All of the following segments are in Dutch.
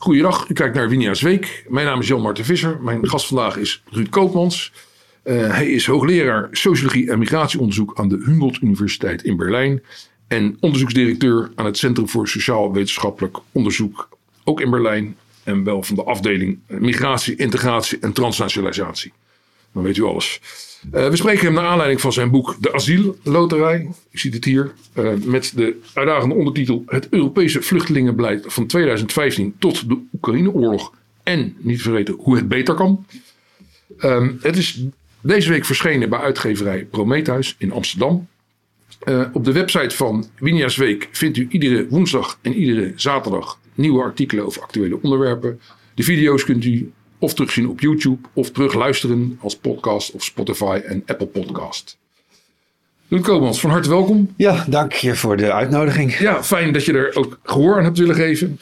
Goeiedag, u kijkt naar Winia's Week. Mijn naam is Jan-Marten Visser. Mijn gast vandaag is Ruud Koopmans. Hij is hoogleraar Sociologie en Migratieonderzoek aan de Humboldt Universiteit in Berlijn. En onderzoeksdirecteur aan het Centrum voor Sociaal-Wetenschappelijk Onderzoek, ook in Berlijn. En wel van de afdeling Migratie, Integratie en Transnationalisatie. Dan weet u alles. We spreken hem naar aanleiding van zijn boek De Asielloterij. U ziet het hier. Met de uitdagende ondertitel Het Europese vluchtelingenbeleid van 2015 tot de Oekraïne-oorlog. En niet te vergeten hoe het beter kan. Het is deze week verschenen bij uitgeverij Prometheus in Amsterdam. Op de website van Winia's Week vindt u iedere woensdag en iedere zaterdag nieuwe artikelen over actuele onderwerpen. De video's kunt u of terugzien op YouTube of terugluisteren als podcast op Spotify en Apple Podcast. Ruud Koopmans, van harte welkom. Ja, dank je voor de uitnodiging. Ja, fijn dat je er ook gehoor aan hebt willen geven.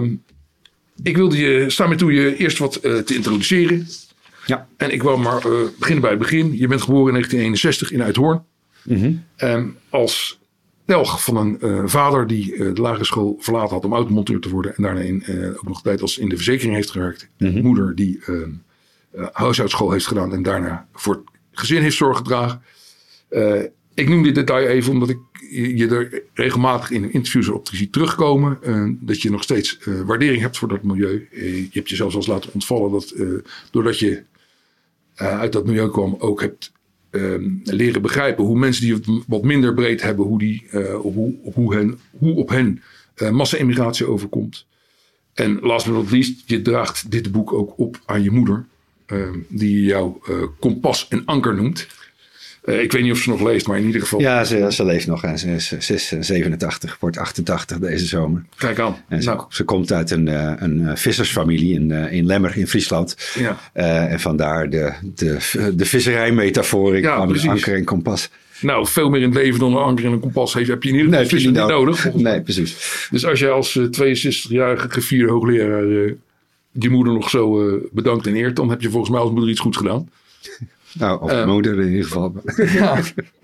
Ik wilde je staan met toe je eerst wat te introduceren. Ja. En ik wil maar beginnen bij het begin. Je bent geboren in 1961 in Uithoorn. Mm-hmm. Als telg van een vader die de lagere school verlaten had om automonteur te worden. En daarna ook nog tijd als in de verzekering heeft gewerkt. Mm-hmm. Moeder die huishoudschool heeft gedaan en daarna voor het gezin heeft zorg gedragen. Ik noem dit detail even omdat ik je er regelmatig in interviews op zie terugkomen. Dat je nog steeds waardering hebt voor dat milieu. Je hebt jezelf zelfs laten ontvallen dat doordat je uit dat milieu kwam ook hebt leren begrijpen hoe mensen die het wat minder breed hebben, hoe op hen massa-immigratie overkomt. En last but not least, je draagt dit boek ook op aan je moeder, die jouw kompas en anker noemt. Ik weet niet of ze nog leest, maar in ieder geval. Ja, ze leeft nog. Ze is 87, wordt 88 deze zomer. Kijk aan. En ze komt uit een vissersfamilie in Lemmer in Friesland. Ja. En vandaar de visserijmetafoor met anker en kompas. Nou, veel meer in het leven dan een anker en een kompas heb je in ieder geval niet nodig. Nee, precies. Dus als jij als 62-jarige gevierde hoogleraar je moeder nog zo bedankt en eert, dan heb je volgens mij als moeder iets goeds gedaan. Nou, of moeder in ieder geval. Ja.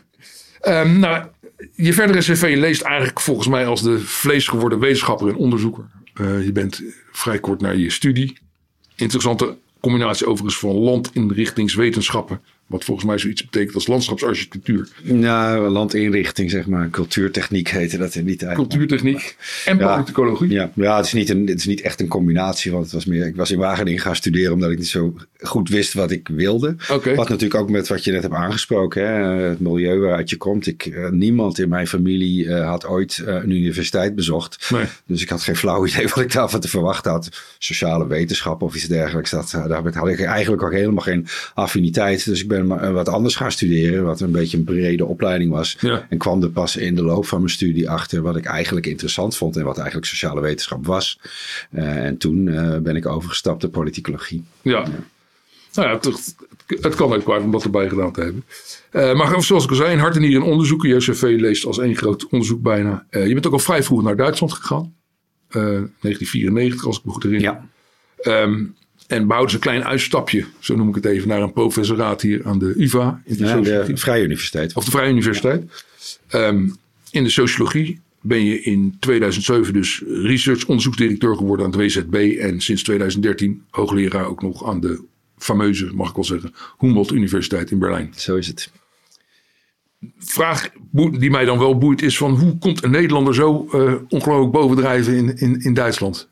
Je verdere cv leest eigenlijk volgens mij als de vleesgeworden wetenschapper en onderzoeker. Je bent vrij kort na je studie. Interessante combinatie overigens van landinrichtingswetenschappen. Wat volgens mij zoiets betekent als landschapsarchitectuur. Nou, landinrichting zeg maar. Cultuurtechniek heette dat in die tijd. Cultuurtechniek en politicologie. Ja, het is niet echt een combinatie. Want het was meer, ik was in Wageningen gaan studeren omdat ik niet zo goed wist wat ik wilde. Okay. Wat natuurlijk ook met wat je net hebt aangesproken. Hè, het milieu waaruit je komt. Niemand in mijn familie had ooit een universiteit bezocht. Nee. Dus ik had geen flauw idee wat ik daarvan te verwachten had. Sociale wetenschappen of iets dergelijks. Daar had ik eigenlijk ook helemaal geen affiniteit. Dus ik ben wat anders gaan studeren, wat een beetje een brede opleiding was. Ja. En kwam er pas in de loop van mijn studie achter wat ik eigenlijk interessant vond en wat eigenlijk sociale wetenschap was. En toen ben ik overgestapt op politicologie. Ja. Nou ja, het kan ook kwaad om dat erbij gedaan te hebben. Maar zoals ik al zei, in hart en nieren onderzoeken. Je cv leest als één groot onderzoek bijna. Je bent ook al vrij vroeg naar Duitsland gegaan. 1994, als ik me goed herinner. Ja. En behouden ze een klein uitstapje, zo noem ik het even, naar een professoraat hier aan de UvA. In de Vrije Universiteit. Of de Vrije Universiteit. In de sociologie ben je in 2007 dus research-onderzoeksdirecteur geworden aan het WZB. En sinds 2013 hoogleraar ook nog aan de fameuze, mag ik wel zeggen, Humboldt Universiteit in Berlijn. Zo is het. Vraag die mij dan wel boeit is van hoe komt een Nederlander zo ongelooflijk bovendrijven in Duitsland?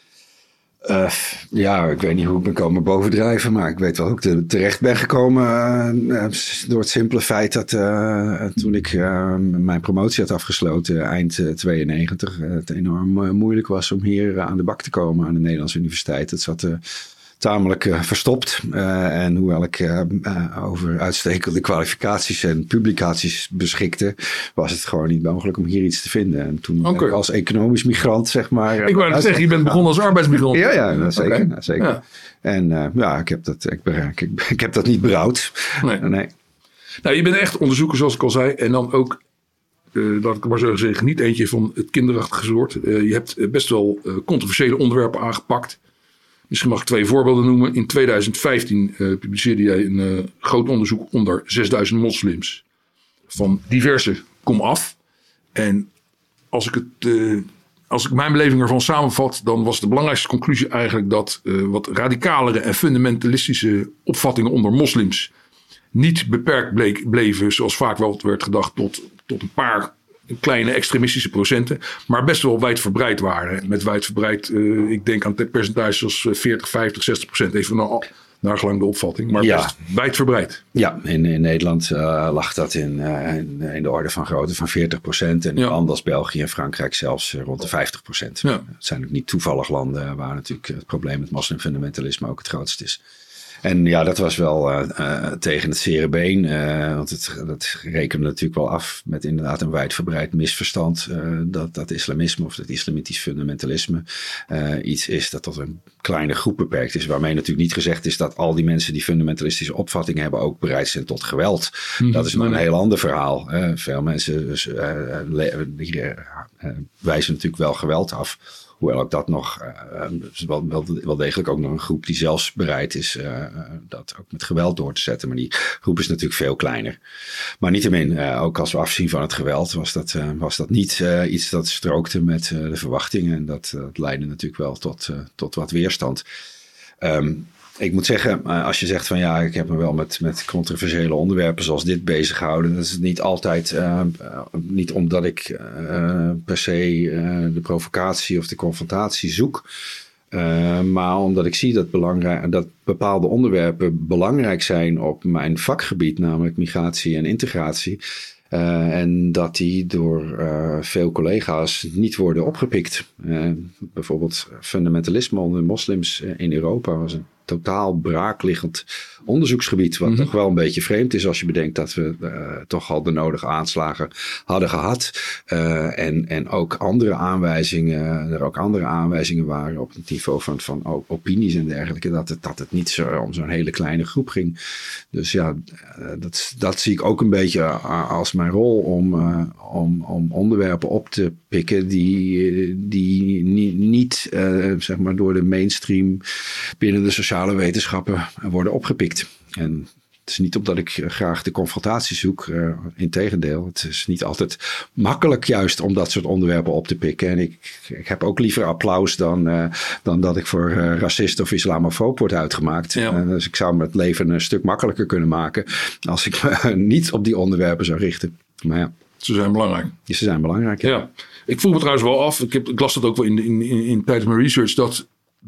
Ik weet niet hoe ik ben komen bovendrijven, maar ik weet wel hoe ik terecht ben gekomen door het simpele feit dat toen ik mijn promotie had afgesloten eind 92, het enorm moeilijk was om hier aan de bak te komen aan de Nederlandse universiteit. Het zat tamelijk verstopt. En hoewel ik over uitstekende kwalificaties en publicaties beschikte, was het gewoon niet mogelijk om hier iets te vinden. En toen ben ik als economisch migrant, zeg maar. Ik wou net zeggen, je bent begonnen als arbeidsmigrant. Ja, zeker. Okay. Zeker. Ja. En ik heb dat niet berouwd. Nee. Nou, je bent echt onderzoeker, zoals ik al zei. En dan ook, laat ik maar zo zeggen, niet eentje van het kinderachtige soort. Je hebt best wel controversiële onderwerpen aangepakt. Misschien mag ik 2 voorbeelden noemen. In 2015 publiceerde jij een groot onderzoek onder 6000 moslims van diverse komaf. En als ik het als ik mijn beleving ervan samenvat, dan was de belangrijkste conclusie eigenlijk dat wat radicalere en fundamentalistische opvattingen onder moslims niet beperkt bleven, zoals vaak wel werd gedacht, tot een paar kleine extremistische procenten, maar best wel wijdverbreid waren. Met wijdverbreid, ik denk aan percentages als 40, 50, 60%, even naar gelang de opvatting, maar best wijdverbreid. Ja, in Nederland lag dat in de orde van grootte van 40%. En in landen als België en Frankrijk zelfs rond de 50%. Ja. Het zijn ook niet toevallig landen waar natuurlijk het probleem met moslimfundamentalisme ook het grootst is. En ja, dat was wel tegen het zere been. Want dat rekende natuurlijk wel af met inderdaad een wijdverbreid misverstand. Dat islamisme of dat islamitisch fundamentalisme iets is dat tot een kleine groep beperkt is. Waarmee natuurlijk niet gezegd is dat al die mensen die fundamentalistische opvattingen hebben ook bereid zijn tot geweld. Dat is nog een heel ander verhaal. Veel mensen wijzen natuurlijk wel geweld af. Hoewel ook dat nog wel degelijk ook nog een groep die zelfs bereid is dat ook met geweld door te zetten. Maar die groep is natuurlijk veel kleiner. Maar niettemin, ook als we afzien van het geweld, was dat niet iets dat strookte met de verwachtingen. En dat leidde natuurlijk wel tot wat weerstand. Ik moet zeggen, als je zegt van ja, ik heb me wel met controversiële onderwerpen zoals dit bezig gehouden. Dat is niet altijd, niet omdat ik per se de provocatie of de confrontatie zoek. Maar omdat ik zie dat bepaalde onderwerpen belangrijk zijn op mijn vakgebied, namelijk migratie en integratie. En dat die door veel collega's niet worden opgepikt. Bijvoorbeeld fundamentalisme onder moslims in Europa was een totaal braakliggend onderzoeksgebied. Wat toch wel een beetje vreemd is als je bedenkt dat we toch al de nodige aanslagen hadden gehad. En ook andere aanwijzingen waren op het niveau van opinies en dergelijke. Dat het niet zo om zo'n hele kleine groep ging. Dus ja, dat zie ik ook een beetje als mijn rol om onderwerpen op te pikken die niet zeg maar door de mainstream binnen de sociale wetenschappen worden opgepikt. En het is niet omdat ik graag de confrontatie zoek. Integendeel, het is niet altijd makkelijk juist om dat soort onderwerpen op te pikken. En ik heb ook liever applaus dan dat ik voor racist of islamofoob word uitgemaakt. Ja. Dus ik zou me het leven een stuk makkelijker kunnen maken als ik me niet op die onderwerpen zou richten. Maar ja. Ze zijn belangrijk. Ze zijn belangrijk, ja. Ik vroeg me trouwens wel af, ik las dat ook wel in tijdens mijn research, dat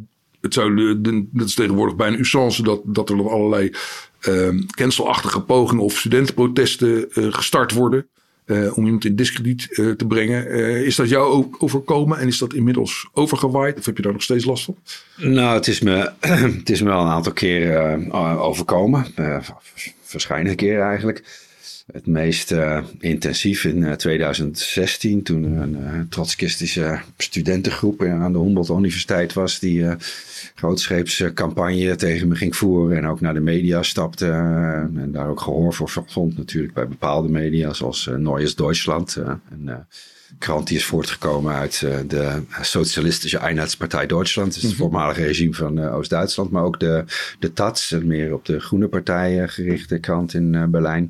is tegenwoordig bijna usance dat er allerlei cancelachtige pogingen of studentenprotesten gestart worden om iemand in diskrediet te brengen. Is dat jou ook overkomen en is dat inmiddels overgewaaid? Of heb je daar nog steeds last van? Nou, het is me wel een aantal keer overkomen. Verschillende keren eigenlijk. Het meest intensief in 2016, toen er een trotskistische studentengroep aan de Humboldt Universiteit was, die grootscheeps campagne tegen me ging voeren en ook naar de media stapte en daar ook gehoor voor vond natuurlijk bij bepaalde media zoals Neues Deutschland, een krant die is voortgekomen uit de Socialistische Einheitspartij Duitsland. Dat is het voormalige regime van Oost-Duitsland, maar ook de Taz, meer op de Groene Partij gerichte krant in Berlijn.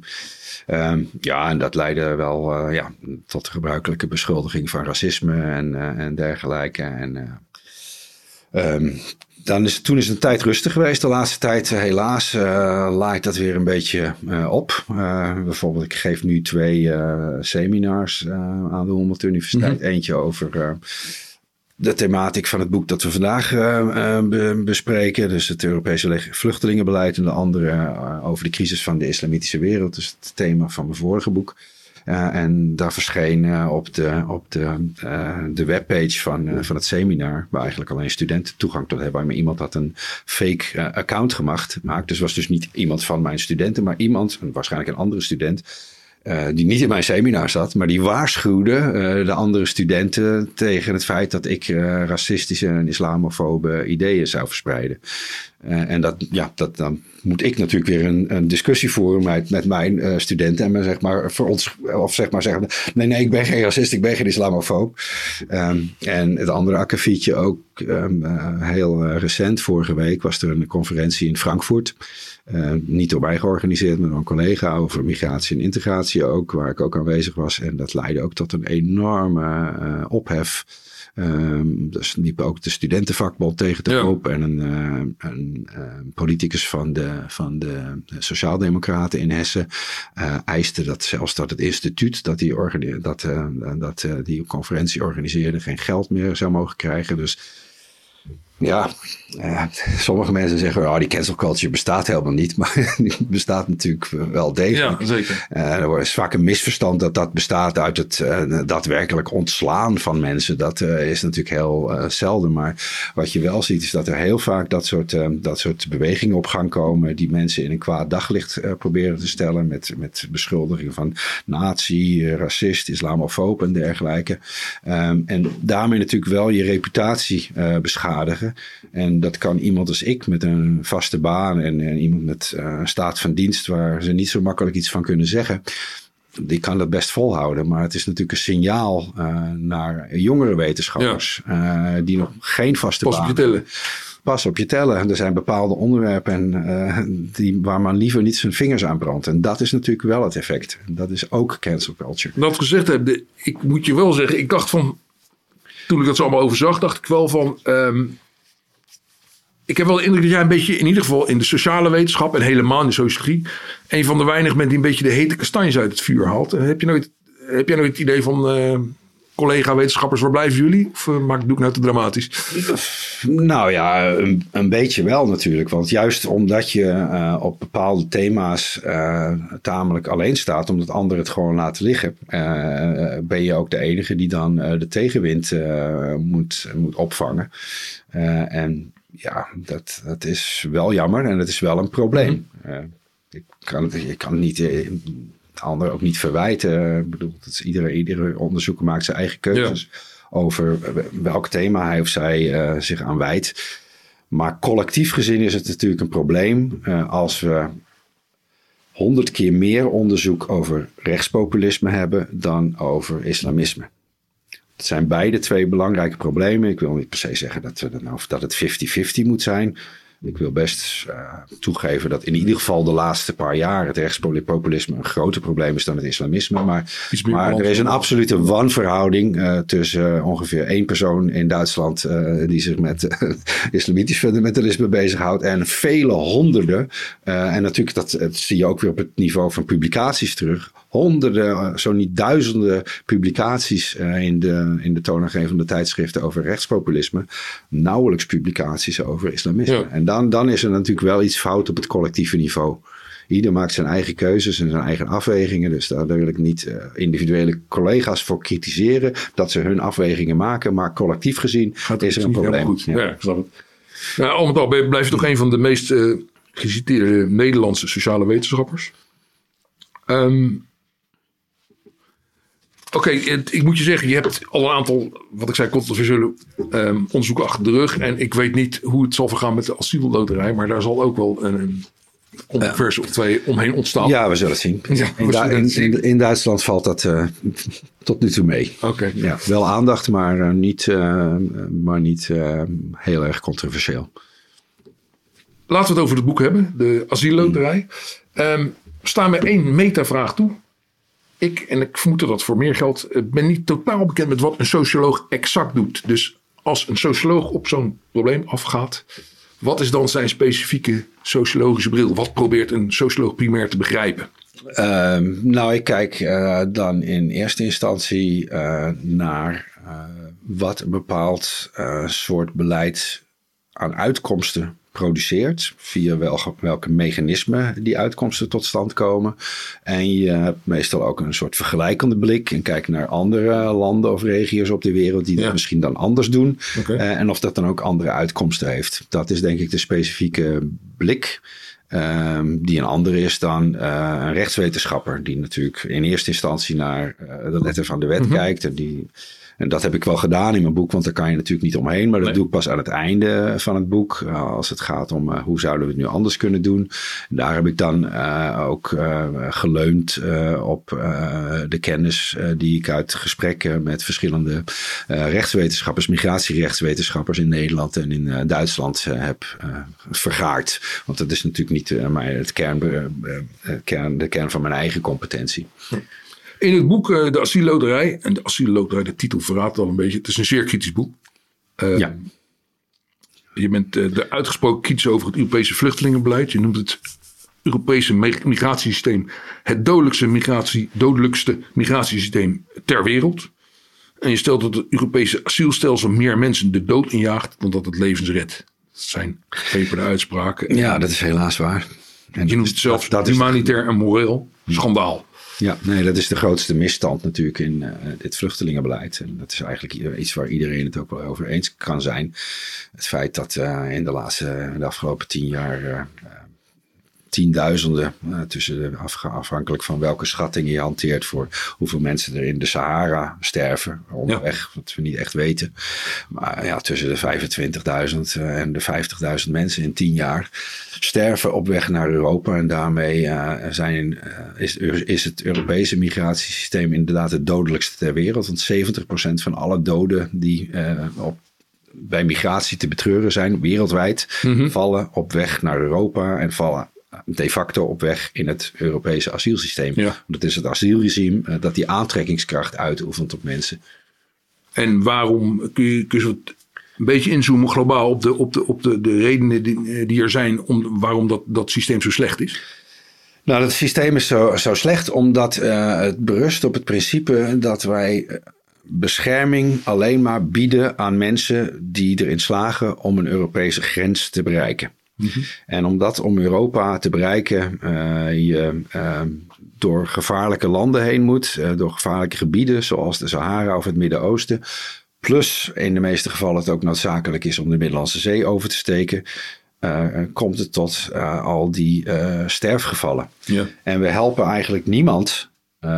En dat leidde wel tot de gebruikelijke beschuldiging van racisme en dergelijke. Toen is het een tijd rustig geweest. De laatste tijd helaas laait dat weer een beetje op. Bijvoorbeeld ik geef nu 2 seminars aan de Humboldt Universiteit. Eentje over de thematiek van het boek dat we vandaag bespreken. Dus het Europese vluchtelingenbeleid. En de andere over de crisis van de islamitische wereld. Dus het thema van mijn vorige boek. En daar verscheen op de webpage van het seminar, waar eigenlijk alleen studenten toegang tot hebben. Maar iemand had een fake account gemaakt. Dus het was dus niet iemand van mijn studenten, maar iemand, waarschijnlijk een andere student, die niet in mijn seminar zat, maar die waarschuwde de andere studenten tegen het feit dat ik racistische en islamofobe ideeën zou verspreiden. En dan moet ik natuurlijk weer een discussie voeren met mijn studenten en zeg maar voor ons, of zeg maar zeggen, nee, ik ben geen racist, ik ben geen islamofoob. En het andere akkefietje ook heel recent, vorige week, was er een conferentie in Frankfurt. Niet door mij georganiseerd, maar door een collega over migratie en integratie ook, waar ik ook aanwezig was. En dat leidde ook tot een enorme ophef. Dus liep ook de studentenvakbond tegen te op. En een politicus van de Sociaaldemocraten in Hessen eiste dat zelfs dat het instituut dat die conferentie organiseerde geen geld meer zou mogen krijgen. Dus ja, sommige mensen zeggen, die cancel culture bestaat helemaal niet. Maar die bestaat natuurlijk wel degelijk. Ja, zeker. Er is vaak een misverstand dat bestaat uit het daadwerkelijk ontslaan van mensen. Dat is natuurlijk heel zelden. Maar wat je wel ziet is dat er heel vaak dat soort bewegingen op gang komen. Die mensen in een kwaad daglicht proberen te stellen. Met beschuldigingen van nazi, racist, islamofoob en dergelijke. En daarmee natuurlijk wel je reputatie beschadigen. En dat kan iemand als ik met een vaste baan en iemand met een staat van dienst waar ze niet zo makkelijk iets van kunnen zeggen. Die kan dat best volhouden. Maar het is natuurlijk een signaal naar jongere wetenschappers die nog geen vaste baan hebben. Pas op je tellen. En er zijn bepaalde onderwerpen waar man liever niet zijn vingers aan brandt. En dat is natuurlijk wel het effect. Dat is ook cancel culture. Dat gezegd heb, ik moet je wel zeggen, ik dacht van, toen ik dat zo allemaal overzag, dacht ik wel van, ik heb wel de indruk dat jij een beetje, in ieder geval in de sociale wetenschap en helemaal in de sociologie, een van de weinigen bent die een beetje de hete kastanjes uit het vuur haalt. Heb jij nooit het idee van collega-wetenschappers, waar blijven jullie? Of doe ik nou te dramatisch? Nou ja, een beetje wel natuurlijk. Want juist omdat je op bepaalde thema's tamelijk alleen staat, omdat anderen het gewoon laten liggen, ben je ook de enige die dan de tegenwind moet opvangen. En ja, dat is wel jammer en dat is wel een probleem. Ik kan niet de ander ook niet verwijten. Ik bedoel, iedere onderzoeker maakt zijn eigen keuzes over welk thema hij of zij zich aan wijdt. Maar collectief gezien is het natuurlijk een probleem als we 100 keer meer onderzoek over rechtspopulisme hebben dan over islamisme. Het zijn beide twee belangrijke problemen. Ik wil niet per se zeggen dat het 50-50 moet zijn. Ik wil best toegeven dat in ieder geval de laatste paar jaar het rechtspopulisme een groter probleem is dan het islamisme. Maar er is een absolute wanverhouding tussen ongeveer 1 persoon in Duitsland die zich met islamitisch fundamentalisme bezighoudt en vele honderden. En natuurlijk dat zie je ook weer op het niveau van publicaties terug. Honderden, zo niet duizenden publicaties in de toonaangevende tijdschriften over rechtspopulisme. Nauwelijks publicaties over islamisme. Ja. En dan is er natuurlijk wel iets fout op het collectieve niveau. Ieder maakt zijn eigen keuzes en zijn eigen afwegingen. Dus daar wil ik niet individuele collega's voor kritiseren dat ze hun afwegingen maken. Maar collectief gezien is er een probleem. Goed. Ja, ik snap het. Nou, al met al blijf je toch een van de meest geciteerde Nederlandse sociale wetenschappers. Oké, ik moet je zeggen, je hebt al een aantal, wat ik zei, controversiële onderzoeken achter de rug. En ik weet niet hoe het zal vergaan met de asielloterij, maar daar zal ook wel een controverse of twee omheen ontstaan. Ja, we zullen het zien. Ja, in Duitsland valt dat tot nu toe mee. Okay. Ja, wel aandacht, maar niet heel erg controversieel. Laten we het over het boek hebben, de asielloterij. Staan we 1 metavraag toe. En ik vermoed dat voor meer geldt, ben niet totaal bekend met wat een socioloog exact doet. Dus als een socioloog op zo'n probleem afgaat, wat is dan zijn specifieke sociologische bril? Wat probeert een socioloog primair te begrijpen? Nou, ik kijk dan in eerste instantie naar wat een bepaald soort beleid aan uitkomsten produceert, via welke mechanismen die uitkomsten tot stand komen. En je hebt meestal ook een soort vergelijkende blik en kijkt naar andere landen of regio's op de wereld die dat misschien dan anders doen. Okay. En of dat dan ook andere uitkomsten heeft. Dat is denk ik de specifieke blik. Die een andere is dan een rechtswetenschapper die natuurlijk in eerste instantie naar de letter van de wet kijkt en die En dat heb ik wel gedaan in mijn boek, want daar kan je natuurlijk niet omheen. Maar dat doe ik pas aan het einde van het boek. Als het gaat om hoe zouden we het nu anders kunnen doen. En daar heb ik dan ook geleund op de kennis die ik uit gesprekken met verschillende rechtswetenschappers, migratierechtswetenschappers in Nederland en in Duitsland heb vergaard. Want dat is natuurlijk niet de kern van mijn eigen competentie. In het boek De Asielloterij, en de Asielloterij, de titel verraadt al een beetje. Het is een zeer kritisch boek. Je bent er uitgesproken kritisch over het Europese vluchtelingenbeleid. Je noemt het Europese migratiesysteem het dodelijkste migratiesysteem ter wereld. En je stelt dat het Europese asielstelsel meer mensen de dood injaagt dan dat het levens redt. Dat zijn gepeperde uitspraken. Ja, dat is helaas waar. En je noemt het zelfs humanitair en moreel schandaal. Ja, nee, dat is de grootste misstand natuurlijk in dit vluchtelingenbeleid. En dat is eigenlijk iets waar iedereen het ook wel over eens kan zijn. Het feit dat in de afgelopen 10 jaar tienduizenden, afhankelijk van welke schatting je hanteert voor hoeveel mensen er in de Sahara sterven onderweg, wat we niet echt weten. Maar ja, tussen de 25.000 en de 50.000 mensen in 10 jaar sterven op weg naar Europa. En daarmee is het Europese migratiesysteem inderdaad het dodelijkste ter wereld. Want 70% van alle doden die bij migratie te betreuren zijn wereldwijd, vallen op weg naar Europa en vallen de facto op weg in het Europese asielsysteem. Ja. Dat is het asielregime dat die aantrekkingskracht uitoefent op mensen. En waarom kun je een beetje inzoomen globaal op de redenen die er zijn waarom dat systeem zo slecht is? Nou, dat systeem is zo slecht omdat het berust op het principe dat wij bescherming alleen maar bieden aan mensen die erin slagen om een Europese grens te bereiken. En om Europa te bereiken, je door gevaarlijke landen heen moet, door gevaarlijke gebieden zoals de Sahara of het Midden-Oosten. Plus in de meeste gevallen het ook noodzakelijk is om de Middellandse Zee over te steken, komt het tot al die sterfgevallen. Ja. En we helpen eigenlijk niemand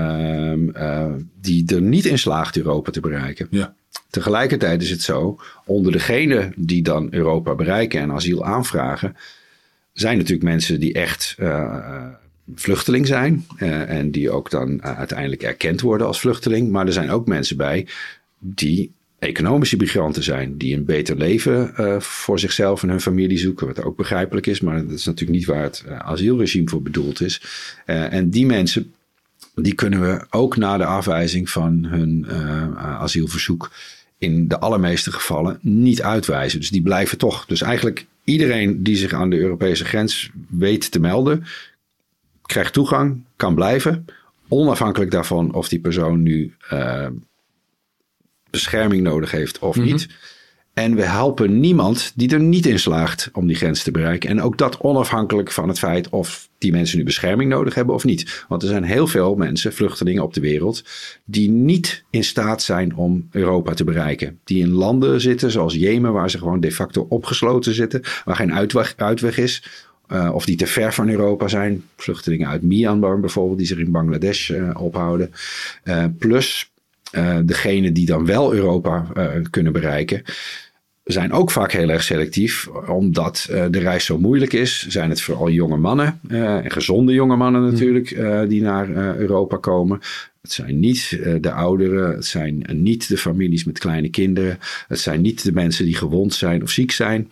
die er niet in slaagt Europa te bereiken. Ja. Tegelijkertijd is het zo, onder degenen die dan Europa bereiken en asiel aanvragen, zijn natuurlijk mensen die echt vluchteling zijn. En die ook dan uiteindelijk erkend worden als vluchteling. Maar er zijn ook mensen bij die economische migranten zijn. Die een beter leven voor zichzelf en hun familie zoeken. Wat ook begrijpelijk is, maar dat is natuurlijk niet waar het asielregime voor bedoeld is. En die mensen, die kunnen we ook na de afwijzing van hun asielverzoek in de allermeeste gevallen niet uitwijzen. Dus die blijven toch. Dus eigenlijk iedereen die zich aan de Europese grens weet te melden, krijgt toegang, kan blijven. Onafhankelijk daarvan of die persoon nu bescherming nodig heeft of niet. En we helpen niemand die er niet in slaagt om die grens te bereiken. En ook dat onafhankelijk van het feit of die mensen nu bescherming nodig hebben of niet. Want er zijn heel veel mensen, vluchtelingen op de wereld, die niet in staat zijn om Europa te bereiken. Die in landen zitten zoals Jemen, waar ze gewoon de facto opgesloten zitten. Waar geen uitweg is. Of die te ver van Europa zijn. Vluchtelingen uit Myanmar bijvoorbeeld, die zich in Bangladesh ophouden. Plus degenen die dan wel Europa kunnen bereiken, zijn ook vaak heel erg selectief. Omdat de reis zo moeilijk is, zijn het vooral jonge mannen. En gezonde jonge mannen natuurlijk, die naar Europa komen. Het zijn niet de ouderen. Het zijn niet de families met kleine kinderen. Het zijn niet de mensen die gewond zijn of ziek zijn.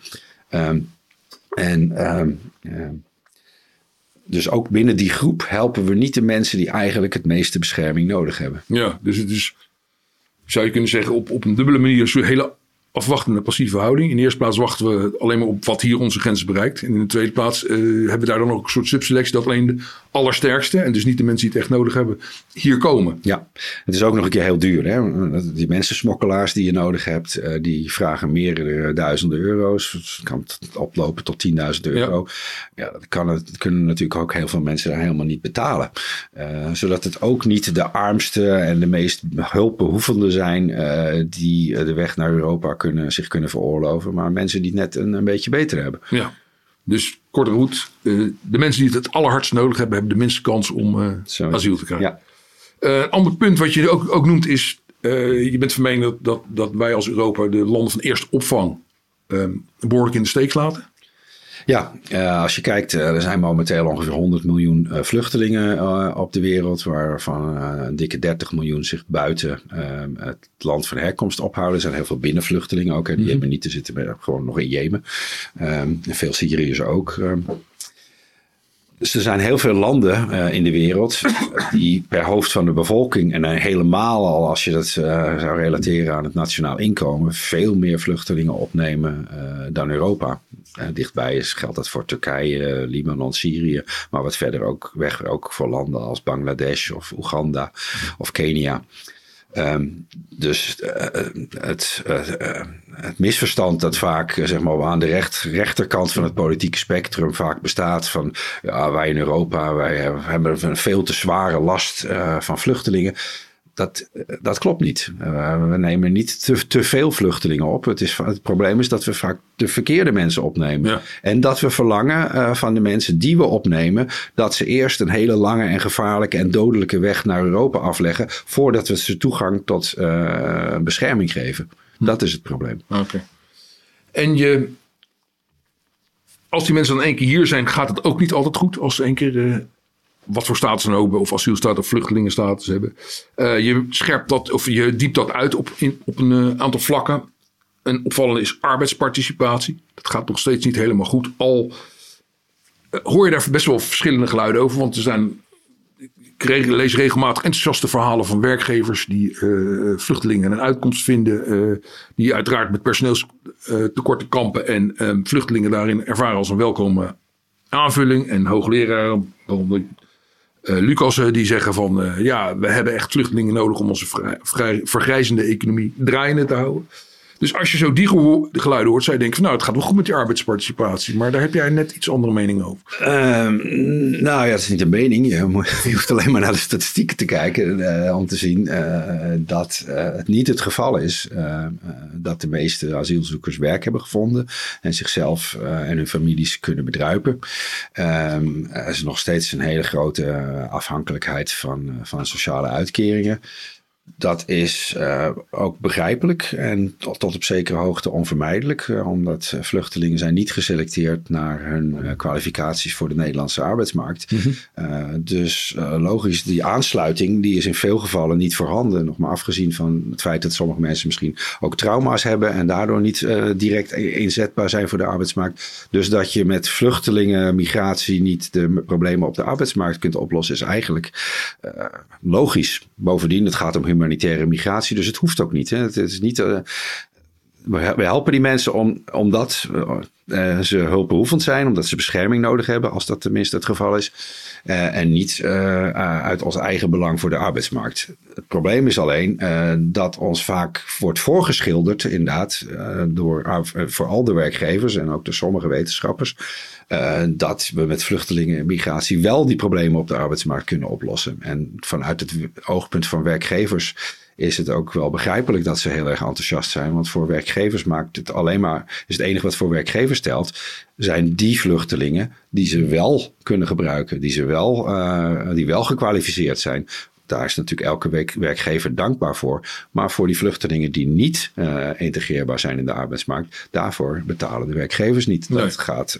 Dus ook binnen die groep helpen we niet de mensen die eigenlijk het meeste bescherming nodig hebben. Ja, dus het is, zou je kunnen zeggen, op een dubbele manier een hele afwachtende passieve houding. In de eerste plaats wachten we alleen maar op wat hier onze grens bereikt. En in de tweede plaats hebben we daar dan ook een soort subselectie dat alleen de allersterkste, en dus niet de mensen die het echt nodig hebben, hier komen. Ja, het is ook nog een keer heel duur. Hè? Die mensensmokkelaars die je nodig hebt, die vragen meerdere duizenden euro's. Het kan oplopen tot 10.000 euro. Ja, dat kunnen natuurlijk ook heel veel mensen daar helemaal niet betalen. Zodat het ook niet de armste en de meest hulpbehoevende zijn die de weg naar Europa zich kunnen veroorloven. Maar mensen die het net een beetje beter hebben. Ja, dus korte roet. De mensen die het allerhardst nodig hebben, hebben de minste kans om asiel te krijgen. Ja. Een ander punt wat je ook noemt is je bent van mening dat wij als Europa de landen van eerste opvang behoorlijk in de steek laten? Ja, als je kijkt, er zijn momenteel ongeveer 100 miljoen vluchtelingen op de wereld, waarvan een dikke 30 miljoen zich buiten het land van herkomst ophouden. Er zijn heel veel binnenvluchtelingen ook, die hebben niet te zitten, gewoon nog in Jemen. Veel Syriërs ook. Dus er zijn heel veel landen in de wereld die per hoofd van de bevolking, en helemaal al als je dat zou relateren aan het nationaal inkomen, veel meer vluchtelingen opnemen dan Europa. Dichtbij geldt dat voor Turkije, Libanon, Syrië, maar wat verder ook voor landen als Bangladesh of Oeganda of Kenia. Dus het misverstand dat vaak zeg maar, aan de rechterkant van het politieke spectrum vaak bestaat van wij in Europa, wij hebben een veel te zware last van vluchtelingen. Dat klopt niet. We nemen niet te veel vluchtelingen op. Het probleem is dat we vaak de verkeerde mensen opnemen. Ja. En dat we verlangen van de mensen die we opnemen, dat ze eerst een hele lange en gevaarlijke en dodelijke weg naar Europa afleggen, voordat we ze toegang tot bescherming geven. Dat is het probleem. Okay. En als die mensen dan één keer hier zijn, gaat het ook niet altijd goed als ze één keer wat voor status dan ook, of asielstatus of vluchtelingenstatus hebben. Je scherpt dat, of je diept dat uit op een aantal vlakken. Een opvallende is arbeidsparticipatie. Dat gaat nog steeds niet helemaal goed. Al hoor je daar best wel verschillende geluiden over. Want ik lees regelmatig enthousiaste verhalen van werkgevers die vluchtelingen een uitkomst vinden. Die uiteraard met personeelstekorten kampen en vluchtelingen daarin ervaren als een welkome aanvulling. En hoogleraren, Lucas, die zeggen van we hebben echt vluchtelingen nodig om onze vergrijzende economie draaiende te houden. Dus als je zo die geluiden hoort, zou je denken van het gaat wel goed met die arbeidsparticipatie. Maar daar heb jij net iets andere mening over. Dat is niet een mening. Je hoeft alleen maar naar de statistieken te kijken om te zien dat het niet het geval is dat de meeste asielzoekers werk hebben gevonden en zichzelf en hun families kunnen bedruipen. Er is nog steeds een hele grote afhankelijkheid van sociale uitkeringen. Dat is ook begrijpelijk en tot op zekere hoogte onvermijdelijk. Omdat vluchtelingen zijn niet geselecteerd naar hun kwalificaties voor de Nederlandse arbeidsmarkt. Mm-hmm. Dus logisch, die aansluiting die is in veel gevallen niet voorhanden. Nog maar afgezien van het feit dat sommige mensen misschien ook trauma's hebben en daardoor niet direct inzetbaar zijn voor de arbeidsmarkt. Dus dat je met vluchtelingen, migratie niet de problemen op de arbeidsmarkt kunt oplossen is eigenlijk logisch. Bovendien, het gaat om humanitaire migratie, dus het hoeft ook niet. Hè. Het is niet. We helpen die mensen omdat ze hulpbehoevend zijn, omdat ze bescherming nodig hebben, als dat tenminste het geval is. En niet uit ons eigen belang voor de arbeidsmarkt. Het probleem is alleen dat ons vaak wordt voorgeschilderd, inderdaad, door vooral de werkgevers en ook door sommige wetenschappers, dat we met vluchtelingen en migratie wel die problemen op de arbeidsmarkt kunnen oplossen. En vanuit het oogpunt van werkgevers is het ook wel begrijpelijk dat ze heel erg enthousiast zijn. Want voor werkgevers maakt het alleen maar, is het enige wat voor werkgevers telt, zijn die vluchtelingen die ze wel kunnen gebruiken, die wel gekwalificeerd zijn. Daar is natuurlijk elke werkgever dankbaar voor. Maar voor die vluchtelingen die niet integreerbaar zijn in de arbeidsmarkt, daarvoor betalen de werkgevers niet. Nee. Dat gaat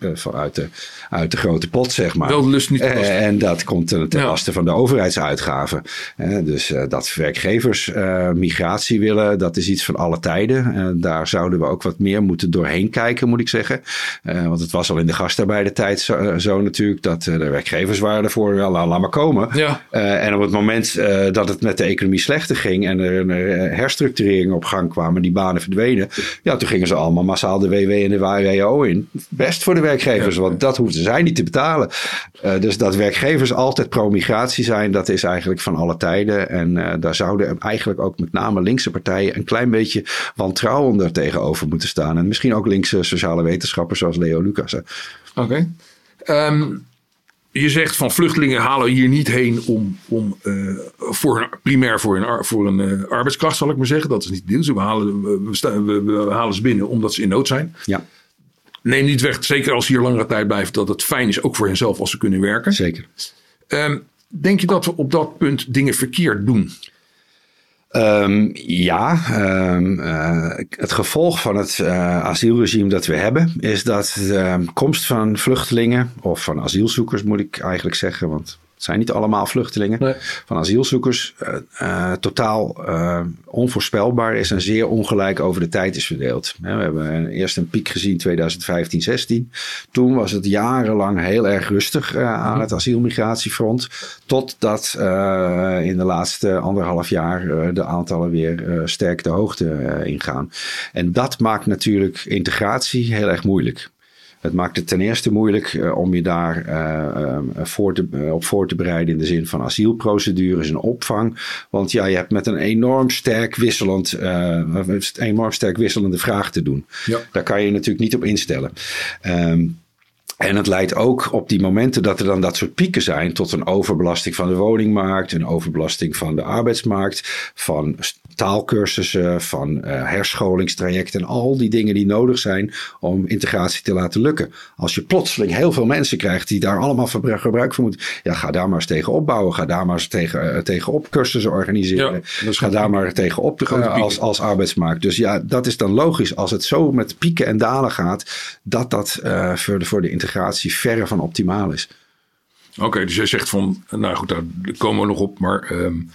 uit de grote pot, zeg maar. Wel de lust niet. En dat komt ten laste van de overheidsuitgaven. Dus dat werkgevers migratie willen, dat is iets van alle tijden. Daar zouden we ook wat meer moeten doorheen kijken, moet ik zeggen. Want het was al in de gastarbeidertijd zo natuurlijk, dat de werkgevers waren ervoor, laat maar komen. Ja. En op het moment dat het met de economie slechter ging en er een herstructurering op gang kwam en die banen verdwenen. Ja, toen gingen ze allemaal massaal de WW en de WO in. Best voor de werkgevers, want dat hoefden zij niet te betalen. Dus dat werkgevers altijd pro-migratie zijn, dat is eigenlijk van alle tijden. En daar zouden eigenlijk ook met name linkse partijen een klein beetje wantrouwender tegenover moeten staan. En misschien ook linkse sociale wetenschappers zoals Leo Lucas. Oké. Je zegt van vluchtelingen halen we hier niet heen om primair voor een arbeidskracht, zal ik maar zeggen. Dat is niet het deel. We halen ze binnen omdat ze in nood zijn. Ja. Neem niet weg, zeker als ze hier langere tijd blijven, dat het fijn is ook voor henzelf als ze kunnen werken. Zeker. Denk je dat we op dat punt dingen verkeerd doen? Het gevolg van het asielregime dat we hebben is dat de komst van vluchtelingen of van asielzoekers moet ik eigenlijk zeggen, want het zijn niet allemaal vluchtelingen, nee. Van asielzoekers totaal onvoorspelbaar is en zeer ongelijk over de tijd is verdeeld. We hebben eerst een piek gezien 2015-16. Toen was het jarenlang heel erg rustig aan het asielmigratiefront. Totdat in de laatste 1,5 jaar de aantallen weer sterk de hoogte ingaan. En dat maakt natuurlijk integratie heel erg moeilijk. Het maakt het ten eerste moeilijk om je daar op voor te bereiden in de zin van asielprocedures en opvang. Want ja, je hebt met een enorm sterk wisselende vraag te doen. Ja. Daar kan je natuurlijk niet op instellen. En het leidt ook op die momenten dat er dan dat soort pieken zijn tot een overbelasting van de woningmarkt, een overbelasting van de arbeidsmarkt, van taalkursussen, van herscholingstrajecten en al die dingen die nodig zijn om integratie te laten lukken. Als je plotseling heel veel mensen krijgt die daar allemaal gebruik van moeten, ja, ga daar maar eens tegen opbouwen, ga daar maar eens tegenop cursussen organiseren, ga daar maar tegenop als arbeidsmarkt. Dus ja, dat is dan logisch als het zo met pieken en dalen gaat, dat voor de integratie verre van optimaal is. Oké, dus jij zegt van, nou goed, daar komen we nog op, maar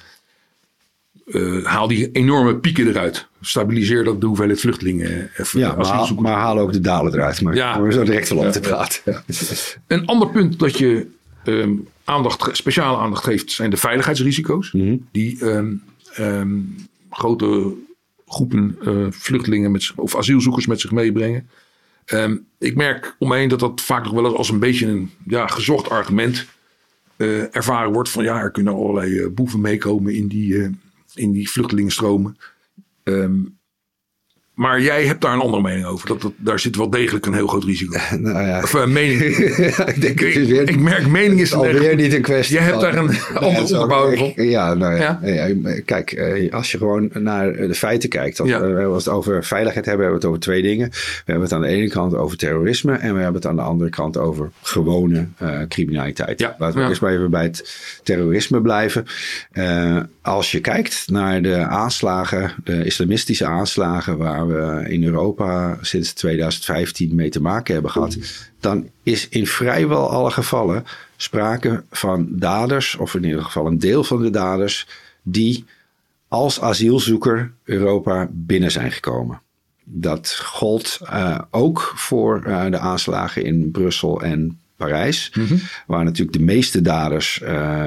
haal die enorme pieken eruit. Stabiliseer dat de hoeveelheid vluchtelingen. Maar haal ook de dalen eruit. Maar we zo direct wel op te praten. Ja. Een ander punt dat je speciale aandacht geeft zijn de veiligheidsrisico's. Mm-hmm. Die grote groepen vluchtelingen of asielzoekers met zich meebrengen. Ik merk omheen dat vaak nog wel eens als een beetje een gezocht argument ervaren wordt. Van er kunnen allerlei boeven meekomen in die vluchtelingenstromen. Maar jij hebt daar een andere mening over. Daar zit wel degelijk een heel groot risico. Of mening. Ik merk mening is alweer niet een kwestie. Jij hebt daar een andere onderbouwing van. Kijk, als je gewoon naar de feiten kijkt. Als we het over veiligheid hebben we het over twee dingen. We hebben het aan de ene kant over terrorisme. En we hebben het aan de andere kant over gewone criminaliteit. Laten we eerst maar even bij het terrorisme blijven. Als je kijkt naar de aanslagen, de islamistische aanslagen waar we in Europa sinds 2015 mee te maken hebben gehad, dan is in vrijwel alle gevallen sprake van daders, of in ieder geval een deel van de daders, die als asielzoeker Europa binnen zijn gekomen. Dat gold ook voor de aanslagen in Brussel en Parijs, waar natuurlijk de meeste daders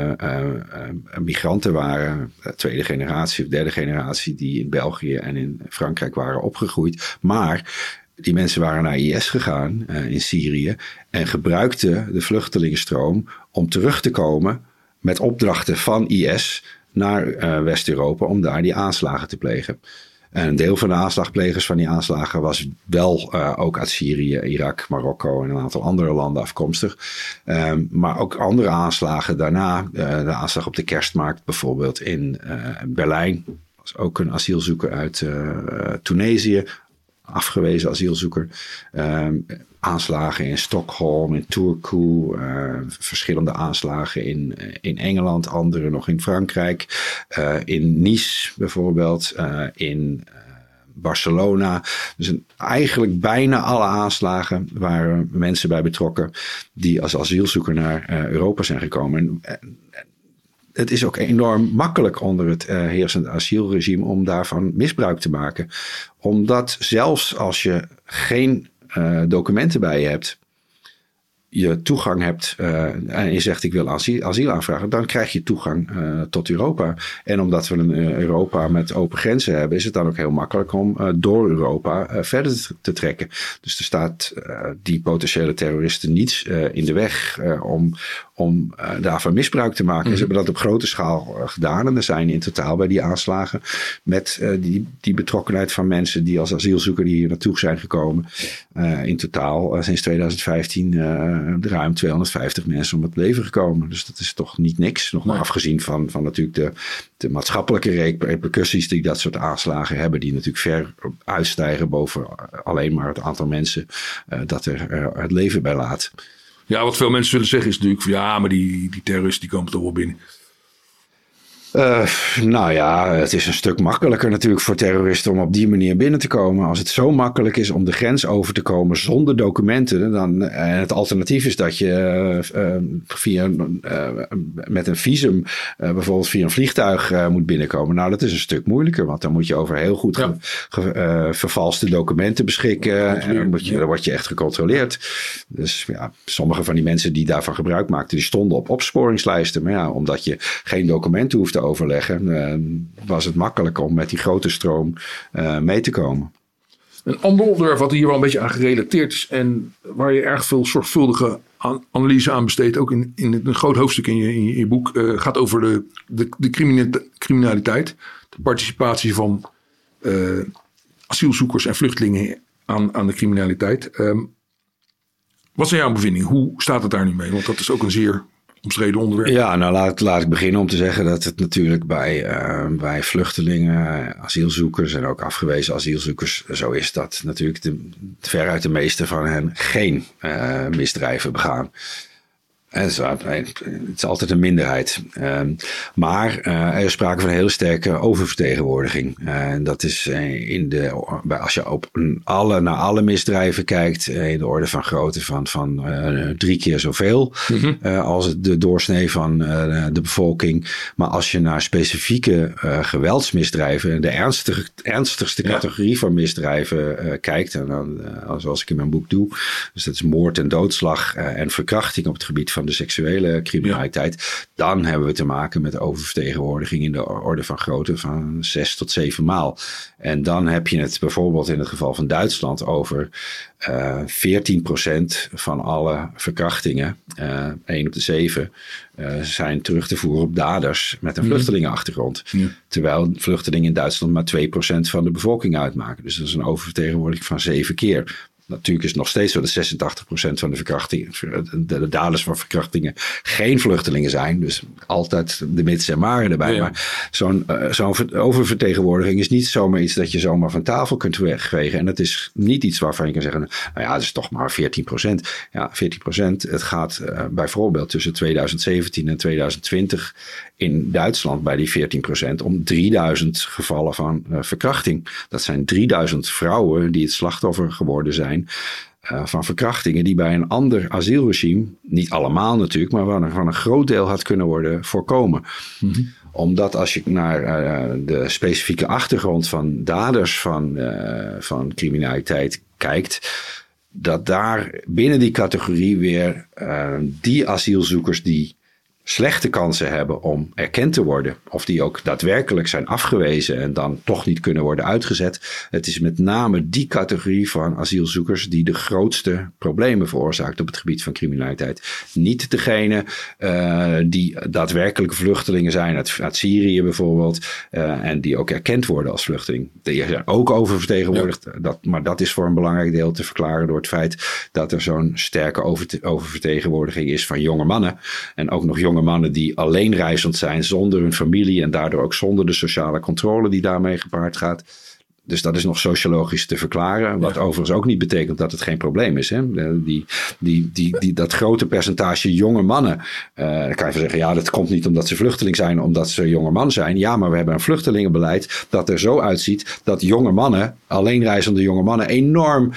migranten waren, tweede generatie of derde generatie, die in België en in Frankrijk waren opgegroeid. Maar die mensen waren naar IS gegaan in Syrië en gebruikten de vluchtelingenstroom om terug te komen met opdrachten van IS naar West-Europa om daar die aanslagen te plegen. En een deel van de aanslagplegers van die aanslagen was wel ook uit Syrië, Irak, Marokko en een aantal andere landen afkomstig. Maar ook andere aanslagen daarna. De aanslag op de Kerstmarkt bijvoorbeeld in Berlijn. Was ook een asielzoeker uit Tunesië. Afgewezen asielzoeker. Aanslagen in Stockholm, in Turku. Verschillende aanslagen in Engeland. Andere nog in Frankrijk. In Nice bijvoorbeeld. In Barcelona. Dus eigenlijk bijna alle aanslagen waren mensen bij betrokken die als asielzoeker naar Europa zijn gekomen. Het is ook enorm makkelijk onder het heersende asielregime om daarvan misbruik te maken. Omdat zelfs als je geen documenten bij je hebt, je toegang hebt en je zegt ik wil asiel aanvragen, dan krijg je toegang tot Europa. En omdat we een Europa met open grenzen hebben, is het dan ook heel makkelijk om door Europa verder te trekken. Dus er staat die potentiële terroristen niets in de weg om daarvan misbruik te maken. Ze hebben dat op grote schaal gedaan. En er zijn in totaal bij die aanslagen met die betrokkenheid van mensen die als asielzoeker die hier naartoe zijn gekomen, in totaal sinds 2015 ruim 250 mensen om het leven gekomen. Dus dat is toch niet niks. Nog maar afgezien van natuurlijk de maatschappelijke repercussies die dat soort aanslagen hebben, die natuurlijk ver uitstijgen boven alleen maar het aantal mensen dat er het leven bij laat. Ja, wat veel mensen zullen zeggen is natuurlijk van maar die terroristen die komen toch wel binnen. Nou ja, het is een stuk makkelijker natuurlijk voor terroristen om op die manier binnen te komen. Als het zo makkelijk is om de grens over te komen zonder documenten, en het alternatief is dat je met een visum bijvoorbeeld via een vliegtuig moet binnenkomen. Nou, dat is een stuk moeilijker, want dan moet je over heel goed vervalste documenten beschikken. En dan word je echt gecontroleerd. Dus ja, sommige van die mensen die daarvan gebruik maakten, die stonden op opsporingslijsten. Maar ja, omdat je geen documenten hoeft te overleggen, was het makkelijker om met die grote stroom mee te komen. Een ander onderwerp wat hier wel een beetje aan gerelateerd is en waar je erg veel zorgvuldige analyse aan besteedt, ook in een groot hoofdstuk in je boek, gaat over de criminaliteit. De participatie van asielzoekers en vluchtelingen aan de criminaliteit. Wat zijn jouw bevindingen? Hoe staat het daar nu mee? Want dat is ook een zeer omstreden onderwerp. Ja, nou laat ik beginnen om te zeggen dat het natuurlijk bij vluchtelingen, asielzoekers en ook afgewezen asielzoekers zo is dat natuurlijk veruit de meeste van hen geen misdrijven begaan. Het is altijd een minderheid. Maar er is sprake van een hele sterke oververtegenwoordiging. Dat is als je naar alle misdrijven kijkt, in de orde van grootte van 3 keer zoveel als de doorsnee van de bevolking. Maar als je naar specifieke geweldsmisdrijven, de ernstigste categorie van misdrijven kijkt, en dan, zoals ik in mijn boek doe, dus dat is moord en doodslag en verkrachting op het gebied van de seksuele criminaliteit, dan hebben we te maken met oververtegenwoordiging in de orde van grootte van 6 tot 7 maal. En dan heb je het bijvoorbeeld in het geval van Duitsland over 14% van alle verkrachtingen, 1 op de 7, zijn terug te voeren op daders met een vluchtelingenachtergrond. Ja. Terwijl vluchtelingen in Duitsland maar 2% van de bevolking uitmaken. Dus dat is een oververtegenwoordiging van 7 keer. Natuurlijk is het nog steeds zo dat 86% van de daders van verkrachtingen geen vluchtelingen zijn. Dus altijd de mits en maren erbij. Ja. Maar zo'n oververtegenwoordiging is niet zomaar iets dat je zomaar van tafel kunt wegvegen. En dat is niet iets waarvan je kan zeggen, nou ja, dat is toch maar 14%. Ja, 14%. Het gaat bijvoorbeeld tussen 2017 en 2020 in Duitsland bij die 14% om 3000 gevallen van verkrachting. Dat zijn 3000 vrouwen die het slachtoffer geworden zijn van verkrachtingen die bij een ander asielregime, niet allemaal natuurlijk, maar van een groot deel had kunnen worden voorkomen. Mm-hmm. Omdat als je naar de specifieke achtergrond van daders van criminaliteit kijkt, dat daar binnen die categorie weer die asielzoekers die slechte kansen hebben om erkend te worden, of die ook daadwerkelijk zijn afgewezen en dan toch niet kunnen worden uitgezet. Het is met name die categorie van asielzoekers die de grootste problemen veroorzaakt op het gebied van criminaliteit. Niet degene die daadwerkelijk vluchtelingen zijn uit Syrië bijvoorbeeld, en die ook erkend worden als vluchteling. Die zijn ook oververtegenwoordigd, maar dat is voor een belangrijk deel te verklaren door het feit dat er zo'n sterke oververtegenwoordiging is van jonge mannen en ook nog jonge mannen die alleenreizend zijn zonder hun familie en daardoor ook zonder de sociale controle die daarmee gepaard gaat. Dus dat is nog sociologisch te verklaren. Wat overigens ook niet betekent dat het geen probleem is. Hè? Dat grote percentage jonge mannen. Dan kan je zeggen, ja, dat komt niet omdat ze vluchteling zijn, omdat ze jonge man zijn. Ja, maar we hebben een vluchtelingenbeleid dat er zo uitziet dat jonge mannen, alleenreizende jonge mannen, enorm